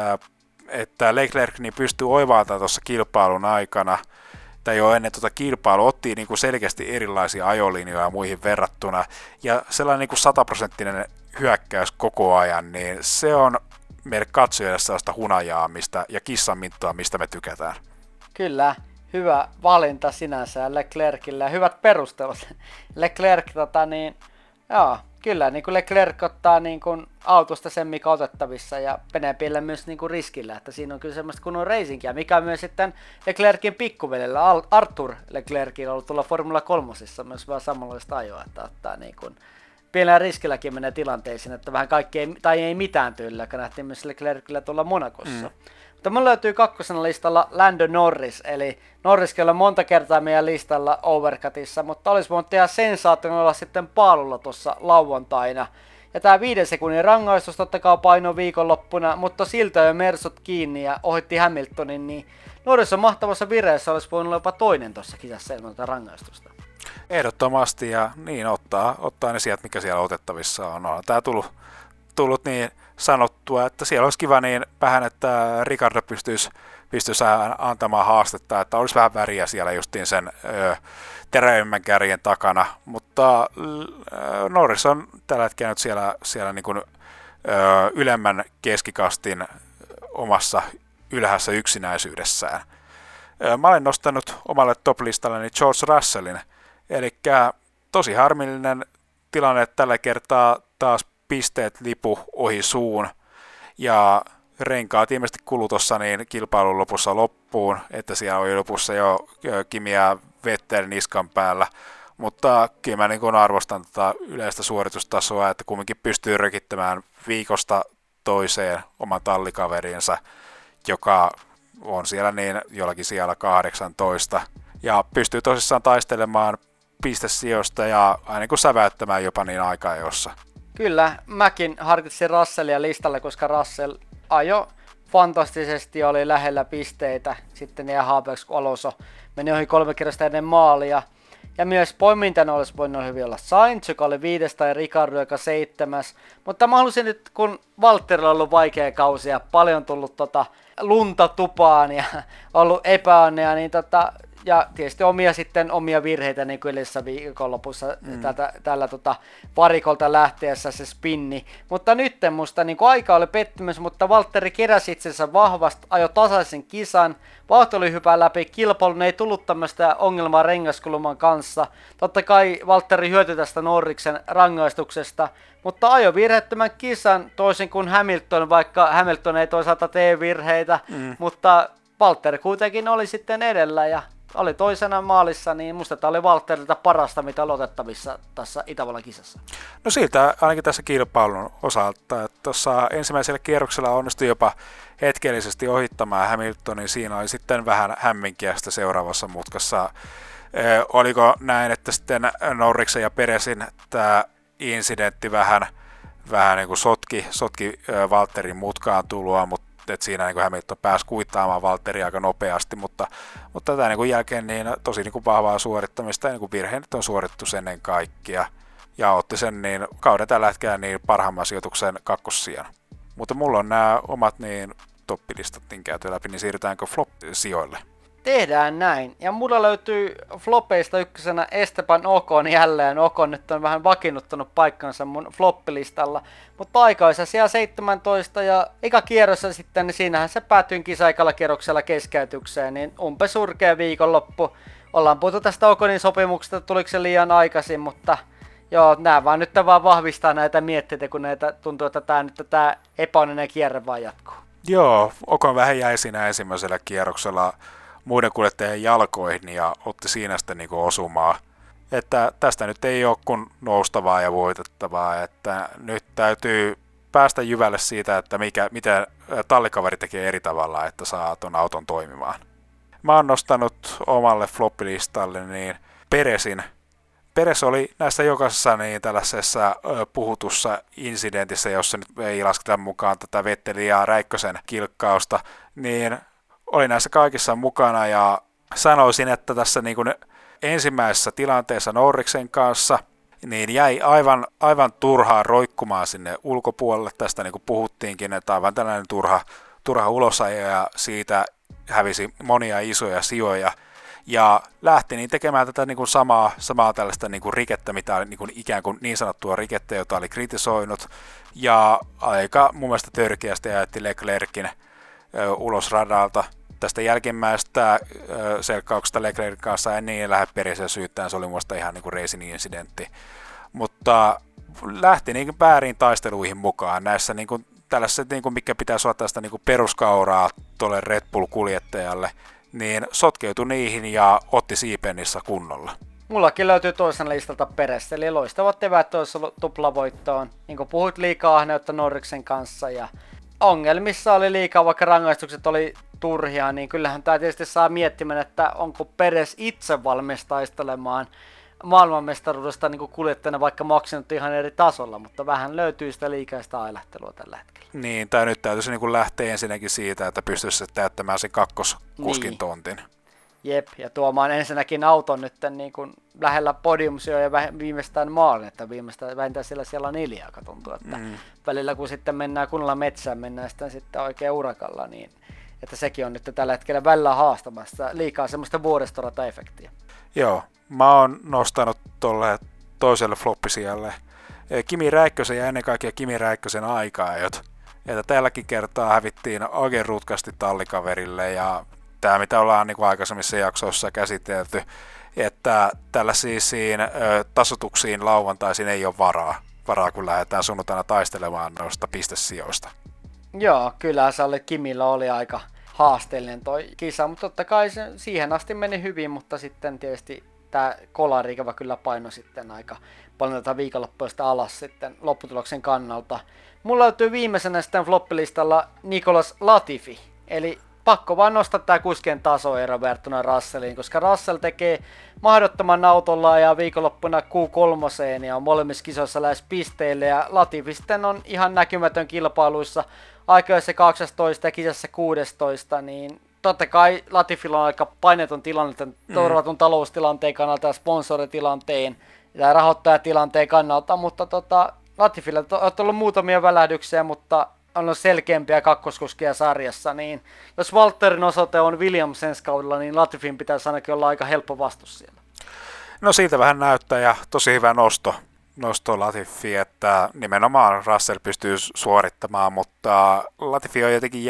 että Leclerc niin pystyy oivaltamaan tuossa kilpailun aikana, tai jo ennen tuota kilpailua, otti niin kuin selkeästi erilaisia ajolinjoja muihin verrattuna, ja sellainen niin kuin 100% hyökkäys koko ajan, niin se on meille katsojille sellaista hunajaamista ja kissanminttua, mistä me tykätään. Kyllä, hyvä valinta sinänsä Leclercillä ja hyvät perustelut. Leclerc Kyllä, niin kuin Leclerc ottaa niin kuin autosta sen, mikä otettavissa, ja Penepille myös niin kuin riskillä, että siinä on kyllä semmoista kunnon racingia, mikä on myös sitten Leclercin pikkuveljellä, Arthur Leclercin on ollut tulla Formula 3 myös vähän samanlaista ajoa, että ottaa niin kuin pienellä riskilläkin menee tilanteisiin, että vähän kaikki ei mitään tyyliä, joka nähtiin myös Leclercillä tuolla Monacossa. Mutta mulla löytyy kakkosena listalla Lando Norris, eli Norriskin on monta kertaa meidän listalla Overcutissa, mutta olisi voinut tehdä sensaation olla sitten paalulla tuossa lauantaina. Ja tää 5 sekunnin rangaistus totta kai paino viikonloppuna, mutta siltä jo Mersut kiinni ja ohitti Hamiltonin, niin Norris on mahtavassa vireessä, olisi voinut olla jopa toinen tuossa kisassa ilman tätä rangaistusta. Ehdottomasti, ja niin ottaa ne sieltä, mikä siellä otettavissa on. Tää tullut niin sanottua, että siellä olisi kiva niin vähän, että Ricardo pystyisi antamaan haastetta, että olisi vähän väriä siellä justiin sen terävimmän kärjen takana, mutta Norris on tällä hetkellä nyt siellä niin kuin, ylemmän keskikastin omassa ylhässä yksinäisyydessään. Mä olen nostanut omalle top-listalleni George Russellin, eli tosi harmillinen tilanne, että tällä kertaa taas pisteet lipu ohi suun, ja renkaat ilmeisesti kulu tuossa niin kilpailun lopussa loppuun, että siellä oli lopussa jo Kimi ja Vettel niskan päällä, mutta kyllä mä niin arvostan tätä yleistä suoritustasoa, että kumminkin pystyy rökittämään viikosta toiseen oman tallikaverinsa, joka on siellä niin jollakin siellä 18, ja pystyy tosissaan taistelemaan pistesijoista ja aina kun säväyttämään jopa niin aika-ajossa. Kyllä, mäkin harkitsin Russellia listalle, koska Russell ajo fantastisesti, oli lähellä pisteitä, sitten jäi haapeeksi, kun Alonso meni ohi 3 kerrosta ennen maalia. Ja myös poimintana olisi voinut hyvin olla Sainz, joka oli 5. tai Ricardo, joka 7. Mutta mä halusin nyt, kun Valtterilla on ollut vaikea kausi ja paljon tullut lunta tupaan ja ollut epäonnea, niin ja tietysti omia virheitä, niin kuin edellisessä viikonlopussa tällä varikolta lähteessä se spinni. Mutta nyt musta niin aika oli pettymys, mutta Valtteri keräsi itsensä vahvasti, ajoi tasaisen kisan, vauhti oli hyvä läpi, kilpailun ei tullut tämmöistä ongelmaa rengaskuluman kanssa. Totta kai Valtteri hyötyi tästä Norriksen rangaistuksesta, mutta ajoi virheettömän kisan toisin kuin Hamilton, vaikka Hamilton ei toisaalta tee virheitä, mutta Valtteri kuitenkin oli sitten edellä ja oli toisena maalissa, niin musta tämä oli Valtterilta parasta, mitä oli otettavissa tässä Itävallan kisassa. No siltä ainakin tässä kilpailun osalta, että tuossa ensimmäisellä kierroksella onnistui jopa hetkellisesti ohittamaan Hamiltonin, siinä oli sitten vähän hämminkiä sitä seuraavassa mutkassa. Oliko näin, että sitten Norriksen ja Peresin tämä incidentti vähän niin kuin sotki Valtterin mutkaan tuloa, mutta että siinä niin Hamilton pääsi kuittaamaan Valtteria aika nopeasti, mutta tätä niin jälkeen niin tosi niin vahvaa suorittamista ja niin virheet on suoritettu ennen kaikkea ja otti sen niin kauden tällä hetkellä niin parhaimman sijoituksen kakkossijan. Mutta mulla on nämä omat niin toppilistat niin käyty läpi, niin siirrytäänkö flop-sijoille? Tehdään näin. Ja mulla löytyy flopeista ykkösenä Esteban Ocon jälleen. Ocon nyt on vähän vakiinnuttanut paikkansa mun floppilistalla. Mutta aikaisa siellä 17 ja eka kierrossa sitten, niin siinähän se päätyi kisaikalla kierroksella keskeytykseen. Niin surkea viikonloppu. Ollaan puhuttu tästä Oconin sopimuksesta, tuliko se liian aikaisin, mutta joo, nää vaan nyt vaan vahvistaa näitä mietteitä, kun näitä tuntuu, että tämä epäonninen kierre vaan jatkuu. Joo, Ocon vähän jäi siinä ensimmäisellä kierroksella muiden kuljettajien jalkoihin ja otti siinä sitten niin osumaa. Että tästä nyt ei ole kuin noustavaa ja voitettavaa, että nyt täytyy päästä jyvälle siitä, että mitä tallikaveri tekee eri tavalla, että saa ton auton toimimaan. Mä oon nostanut omalle floppilistalle niin Peresin. Peres oli näissä jokaisessa niin tällaisessa puhutussa incidentissä, jossa nyt ei lasketa mukaan tätä Vettelin ja Räikkösen kilkkausta, niin oli näissä kaikissa mukana ja sanoisin, että tässä niin kuin ensimmäisessä tilanteessa Norriksen kanssa niin jäi aivan turhaa roikkumaan sinne ulkopuolelle. Tästä niin kuin puhuttiinkin, että aivan tällainen turha ulosajo ja siitä hävisi monia isoja sijoja. Ja lähti niin tekemään tätä niin kuin samaa tällaista niin kuin rikettä, mitä oli niin kuin ikään kuin niin sanottua rikettä, jota oli kritisoinut. Ja aika mun mielestä törkeästi ajetti Leclerkin ulos radalta. Tästä jälkimmäistä selkkauksesta Leclerkin kanssa en niin lähde Peresiä syyttämään, se oli muista ihan niin kuin racing incidentti. Mutta lähti niin väärin taisteluihin mukaan näissä niin kuin, tällaiset, niin kuin, mikä pitäisi olla tästä niin kuin peruskauraa tuolle Red Bull-kuljettajalle, niin sotkeutui niihin ja otti Siipenissä kunnolla. Mullakin löytyy toisen listalta Perez, eli loistavat eväät tuossa tuplavoittoon. Niin kuin puhuit, liikaa ahneutta Norriksen kanssa ja ongelmissa oli liikaa, vaikka rangaistukset oli turhia, niin kyllähän tämä tietysti saa miettimään, että onko Perez itse valmis taistelemaan maailmanmestaruudesta niin kuin kuljettajana, vaikka maksanut ihan eri tasolla, mutta vähän löytyy sitä liikaista ailahtelua tällä hetkellä. Niin, tai nyt täytyisi niin kuin lähteä ensinnäkin siitä, että pystyisi täyttämään sen kakkoskuskin tontin. Jep, ja tuomaan ensinnäkin auton nyt niin kuin lähellä podiumsia ja viimeistään maalin, että viimeistään vähintään siellä on Iliaka tuntuu, että välillä kun sitten mennään kunnolla metsään, mennään sitten oikein urakalla, niin että sekin on nyt tällä hetkellä välillä haastamassa liikaa semmoista vuoristorata-efektiä. Joo, mä oon nostanut tuolle toiselle floppisijalle Kimi Räikkösen ja ennen kaikkea Kimi Räikkösen aika-ajot. Että tälläkin kertaa hävittiin oikein rutkasti tallikaverille ja tämä mitä ollaan niin kuin aikaisemmissa jaksoissa käsitelty, että tällaisiin tasoituksiin lauantaisin ei ole varaa kun lähdetään sunnuntaina taistelemaan noista pistesijoista. Joo, kyllä se oli, Kimillä oli aika haasteellinen toi kisa, mutta totta kai se siihen asti meni hyvin, mutta sitten tietysti tämä kolari ikävä kyllä painoi sitten aika paljon tätä viikonloppuista alas sitten lopputuloksen kannalta. Mulla löytyy viimeisenä sitten floppilistalla Nicolas Latifi, eli pakko vaan nostaa tää kuskien tasoero verrattuna Russelliin, koska Russell tekee mahdottoman autolla ja viikonloppuna Q3 ja on molemmissa kisoissa lähes pisteille ja Latifi sitten on ihan näkymätön kilpailuissa aikaisessa 12 ja kisassa 16, niin totta kai Latifilla on aika paineton tilanne turvatun taloustilanteen kannalta ja sponsoritilanteen ja rahoittajatilanteen kannalta, mutta Latifilla on ollut muutamia välähdyksiä, mutta on ollut selkeämpiä kakkoskuskia sarjassa, niin jos Valtterin osoite on Williams ensi kaudella, niin Latifin pitäisi ainakin olla aika helppo vastus siellä. No siitä vähän näyttää ja tosi hyvä nosto Latifi, että nimenomaan Russell pystyy suorittamaan, mutta Latifi on jotenkin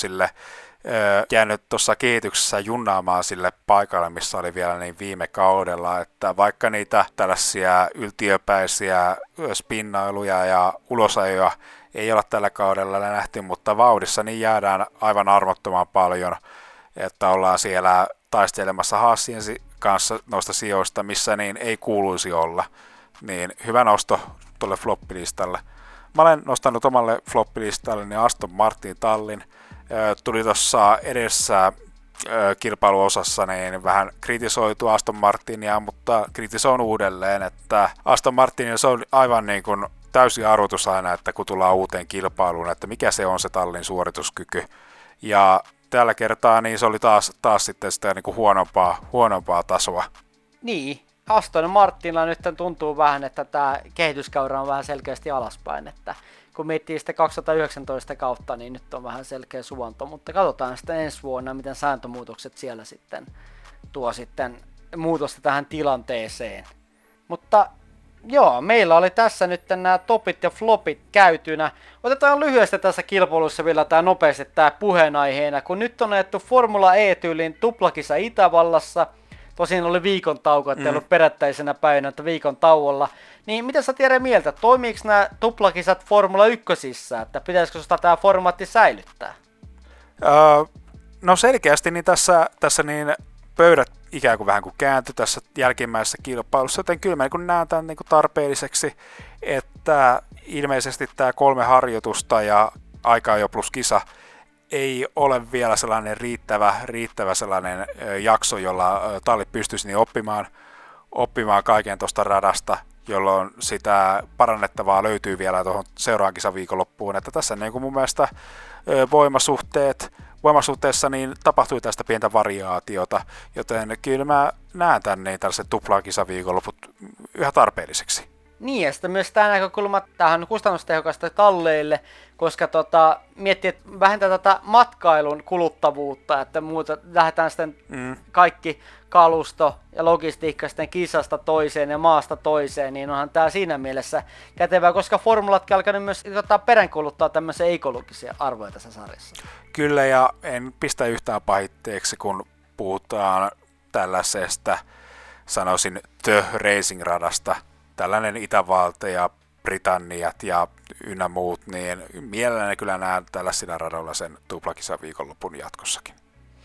jäänyt tuossa kehityksessä junnaamaan sille paikalle, missä oli vielä niin viime kaudella, että vaikka niitä tällaisia yltiöpäisiä spinnailuja ja ulosajoja ei olla tällä kaudella nähty, mutta vauhdissa niin jäädään aivan armottoman paljon, että ollaan siellä taistelemassa Haasien kanssa noista sijoista, missä niin ei kuuluisi olla. Niin hyvä nosto tuolle floppilistalle. Mä olen nostanut omalle floppilistalle niin Aston Martin tallin. Tuli tuossa edessä kilpailuosassa niin vähän kritisoitu Aston Martinia, mutta kritisoin uudelleen, että Aston Martin se on aivan niin kuin täysin arvotus aina, että kun tullaan uuteen kilpailuun, että mikä se on se tallin suorituskyky. Ja tällä kertaa niin se oli taas sitten sitä niin kuin huonompaa tasoa. Niin, Aston Martinilla nyt tuntuu vähän, että tämä kehityskäyrä on vähän selkeästi alaspäin, että kun miettii sitä 2019 kautta, niin nyt on vähän selkeä suvanto, mutta katsotaan sitten ensi vuonna, miten sääntömuutokset siellä sitten tuo sitten muutosta tähän tilanteeseen. Mutta joo, meillä oli tässä nyt nämä topit ja flopit käytynä. Otetaan lyhyesti tässä kilpailussa vielä tämä nopeasti tämä puheenaiheena, kun nyt on ajettu Formula E-tyyliin tuplakisa Itävallassa. Tosin oli viikon tauko, ettei ollut perättäisenä päivänä, että viikon tauolla. Niin mitä sä tiedät mieltä, toimiiko nämä tuplakisat Formula 1, että pitäisikö tämä formaatti säilyttää? No selkeästi niin tässä niin pöydät ikään kuin vähän kuin kääntyi tässä jälkimmäisessä kilpailussa, joten kyllä mä niin näen tämän niin tarpeelliseksi, että ilmeisesti tämä 3 harjoitusta ja aikaa jo plus kisa ei ole vielä sellainen riittävä sellainen jakso, jolla tallit pystyisi niin oppimaan kaiken tuosta radasta, jolloin sitä parannettavaa löytyy vielä tuohon seuraavan kisan viikonloppuun. Että tässä niin kuin mun mielestä voimasuhteessa niin tapahtui tästä pientä variaatiota, joten kyllä mä näen tämän niin tällaiset tuplakisaviikonloput yhä tarpeelliseksi. Niin, ja sitten myös tämä näkökulma, tämähän on kustannustehokasta talleille, koska miettii, että vähentää tätä matkailun kuluttavuutta, että muuta lähdetään sitten kaikki kalusto ja logistiikka sitten kisasta toiseen ja maasta toiseen, niin onhan tämä siinä mielessä kätevää, koska formulatkin alkanut myös peräänkuuluttaa tämmöisiä ekologisia arvoja tässä sarjassa. Kyllä, ja en pistä yhtään pahitteeksi, kun puhutaan tällaisesta, sanoisin, The Racing-radasta. Tällainen Itävalta ja Britanniat ja ynnä muut, niin mielelläni kyllä näen tällaisilla radoilla sen tuplakisan viikonlopun jatkossakin.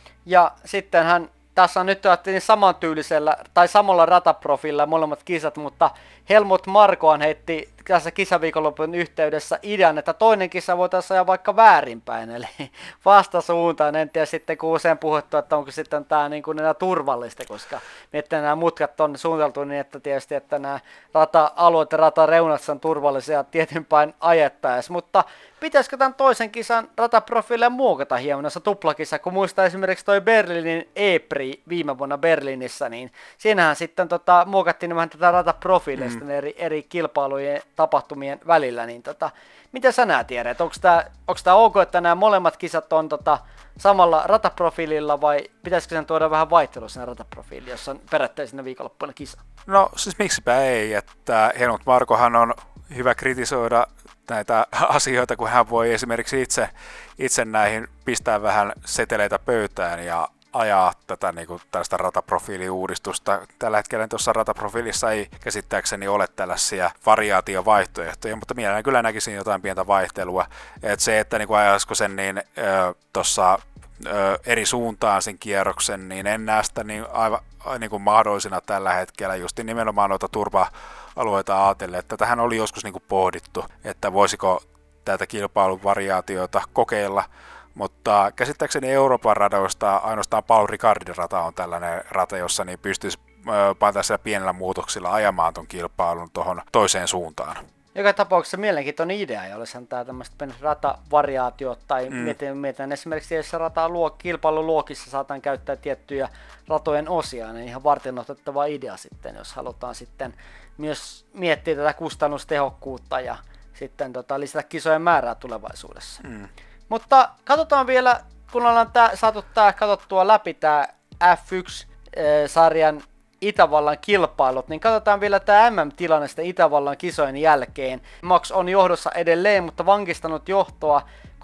Ja sittenhän tässä on nyt niin samantyylisellä tai samalla rataprofiililla molemmat kisat, mutta Helmut Markohan heitti tässä kisaviikonlopun yhteydessä idean, että toinen kisa voitaisiin ajaa vaikka väärinpäin, eli vastasuuntaan. En tiedä sitten, kun usein puhuttu, että onko sitten tämä niin kuin enää turvallista, koska että nämä mutkat on suunniteltu niin, että tietysti, että nämä rata-alueet ja ratareunat on turvallisia tietyn päin ajettaessa, mutta pitäisikö tämän toisen kisan rataprofiille muokata hieman noissa tuplakissa, kun muistaa esimerkiksi toi Berliinin E-Prix viime vuonna Berliinissä, niin siinähän sitten muokattiin vähän tätä rataprofiilista eri kilpailujen tapahtumien välillä, niin mitä sä näet, Jere, onko tämä ok, että nämä molemmat kisat on samalla rataprofiililla vai pitäisikö sen tuoda vähän vaihtelua sinne rataprofiiliin, jossa on periaatteessa viikonloppuna kisa? No siis miksipä ei, että Helmut Markohan on hyvä kritisoida näitä asioita, kun hän voi esimerkiksi itse näihin pistää vähän seteleitä pöytään ja ajaa tätä niin kuin tällaista rataprofiiliuudistusta. Tällä hetkellä tuossa rataprofiilissa ei käsittääkseni ole tällaisia variaatiovaihtoehtoja, mutta mielelläni kyllä näkisin jotain pientä vaihtelua. Et se, että niin ajaisiko sen niin tuossa eri suuntaan sen kierroksen, niin en näe sitä niin aivan niin kuin mahdollisena tällä hetkellä, just nimenomaan noita turva-alueita ajatellen, että tähän oli joskus niin kuin pohdittu, että voisiko tätä kilpailun variaatiota kokeilla, mutta käsittääkseni Euroopan radoista ainoastaan Paul Ricardin rata on tällainen rata, jossa niin pystyisi tällaisilla pienellä muutoksilla ajamaan ton kilpailun tuohon toiseen suuntaan. Joka tapauksessa mielenkiintoinen idea, ja olisihan tämä tämmöiset ratavariaatiot, tai mietitään esimerkiksi, jos kilpailuluokissa saatan käyttää tiettyjä ratojen osia, niin ihan varteenotettava idea sitten, jos halutaan sitten myös miettiä tätä kustannustehokkuutta ja sitten lisätä kisojen määrää tulevaisuudessa. Mutta katsotaan vielä, kun ollaan saatu katsottua läpi tämä F1-sarjan Itävallan kilpailut, niin katsotaan vielä tämä MM-tilanne sitten Itävallan kisojen jälkeen. Max on johdossa edelleen, mutta vankistanut johtoa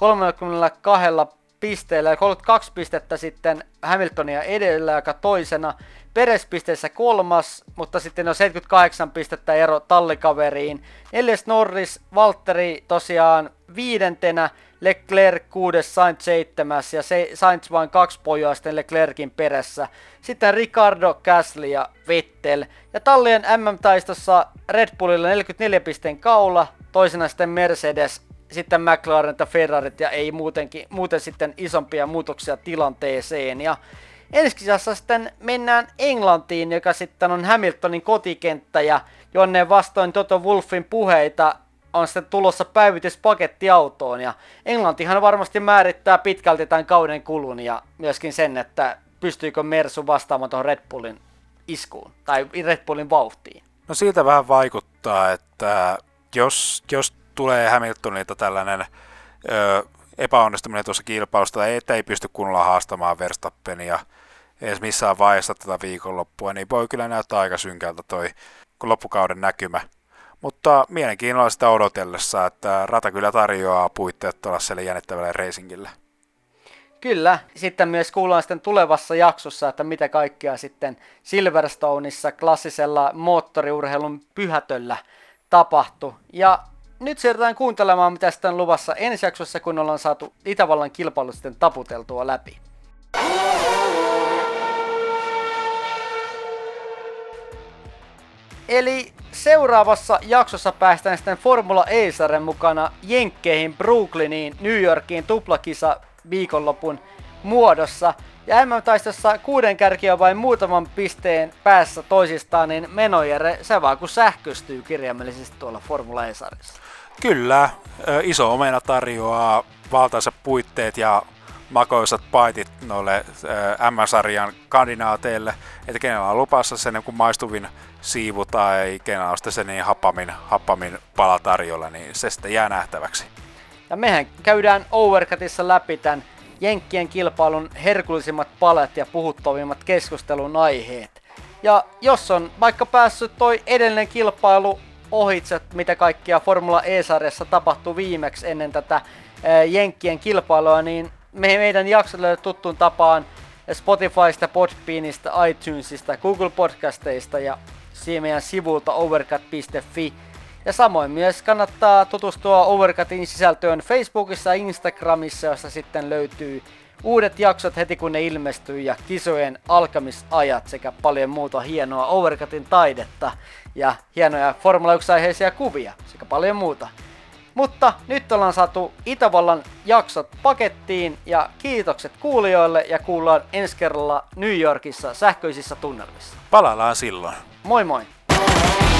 32 pisteellä ja 32 pistettä sitten Hamiltonia edellä, joka toisena. Perez pisteessä kolmas, mutta sitten on 78 pistettä ero tallikaveriin. 4. Norris, Valtteri tosiaan viidentenä, Leclerc 6, Sainz 7 ja Sainz vain 2 pojaa sitten Leclercin perässä. Sitten Ricardo, Gasly ja Vettel. Ja tallien MM-taistossa Red Bullilla 44 pisteen kaula, toisena sitten Mercedes, sitten McLaren ja Ferrarit ja ei muuten sitten isompia muutoksia tilanteeseen. Ja ensi kisassa sitten mennään Englantiin, joka sitten on Hamiltonin kotikenttä ja jonne vastoin Toto Wolffin puheita on sitten tulossa päivitys pakettiautoon, ja Englantihan varmasti määrittää pitkälti tämän kauden kulun ja myöskin sen, että pystyykö Mersu vastaamaan tuohon Red Bullin iskuun tai Red Bullin vauhtiin. No siitä vähän vaikuttaa, että jos tulee Hamiltonilta tällainen epäonnistuminen tuossa kilpailusta, että ei pysty kunnolla haastamaan Verstappenia edes missään vaiheessa tätä viikonloppua, niin voi kyllä näyttää aika synkältä toi loppukauden näkymä. Mutta mielenkiinnolla sitä odotellessa, että rata kyllä tarjoaa puitteet tuollaiselle jännittävälle racingille. Kyllä, sitten myös kuullaan sitten tulevassa jaksossa, että mitä kaikkea sitten Silverstoneissa klassisella moottoriurheilun pyhätöllä tapahtui. Ja nyt siirrytään kuuntelemaan, mitä sitten on luvassa ensi jaksossa, kun ollaan saatu Itävallan kilpailu sitten taputeltua läpi. Eli seuraavassa jaksossa päästään sitten Formula E-sarjan mukana Jenkkeihin, Brooklyniin, New Yorkiin tuplakisa viikonlopun muodossa. Ja MM-taistossa 6 kärki on vain muutaman pisteen päässä toisistaan, niin menojärje se vaan kun sähköstyy kirjaimellisesti tuolla Formula E-sarjassa. Kyllä, iso omena tarjoaa valtaisat puitteet ja makoisat paitit noille M-sarjan kandidaateille, että kenellä on lupassa sen joku maistuvin siivu tai kenellä on sitten se niin happamin pala tarjolla, niin se sitten jää nähtäväksi. Ja mehän käydään Overcutissa läpi tämän Jenkkien kilpailun herkullisimmat palat ja puhuttavimmat keskustelun aiheet. Ja jos on vaikka päässyt toi edellinen kilpailu ohitse, mitä kaikkia Formula E-sarjassa tapahtui viimeksi ennen tätä Jenkkien kilpailua, niin meidän jaksolle tuttuun tapaan Spotifysta, Podbeanista, iTunesista, Google Podcasteista ja meidän sivulta overcut.fi. Ja samoin myös kannattaa tutustua Overcutin sisältöön Facebookissa ja Instagramissa, jossa sitten löytyy uudet jaksot heti kun ne ilmestyy ja kisojen alkamisajat sekä paljon muuta hienoa Overcutin taidetta ja hienoja Formula 1-aiheisia kuvia sekä paljon muuta. Mutta nyt ollaan saatu Itävallan jaksot pakettiin ja kiitokset kuulijoille ja kuullaan ensi kerralla New Yorkissa sähköisissä tunnelmissa. Palaillaan silloin. Moi moi!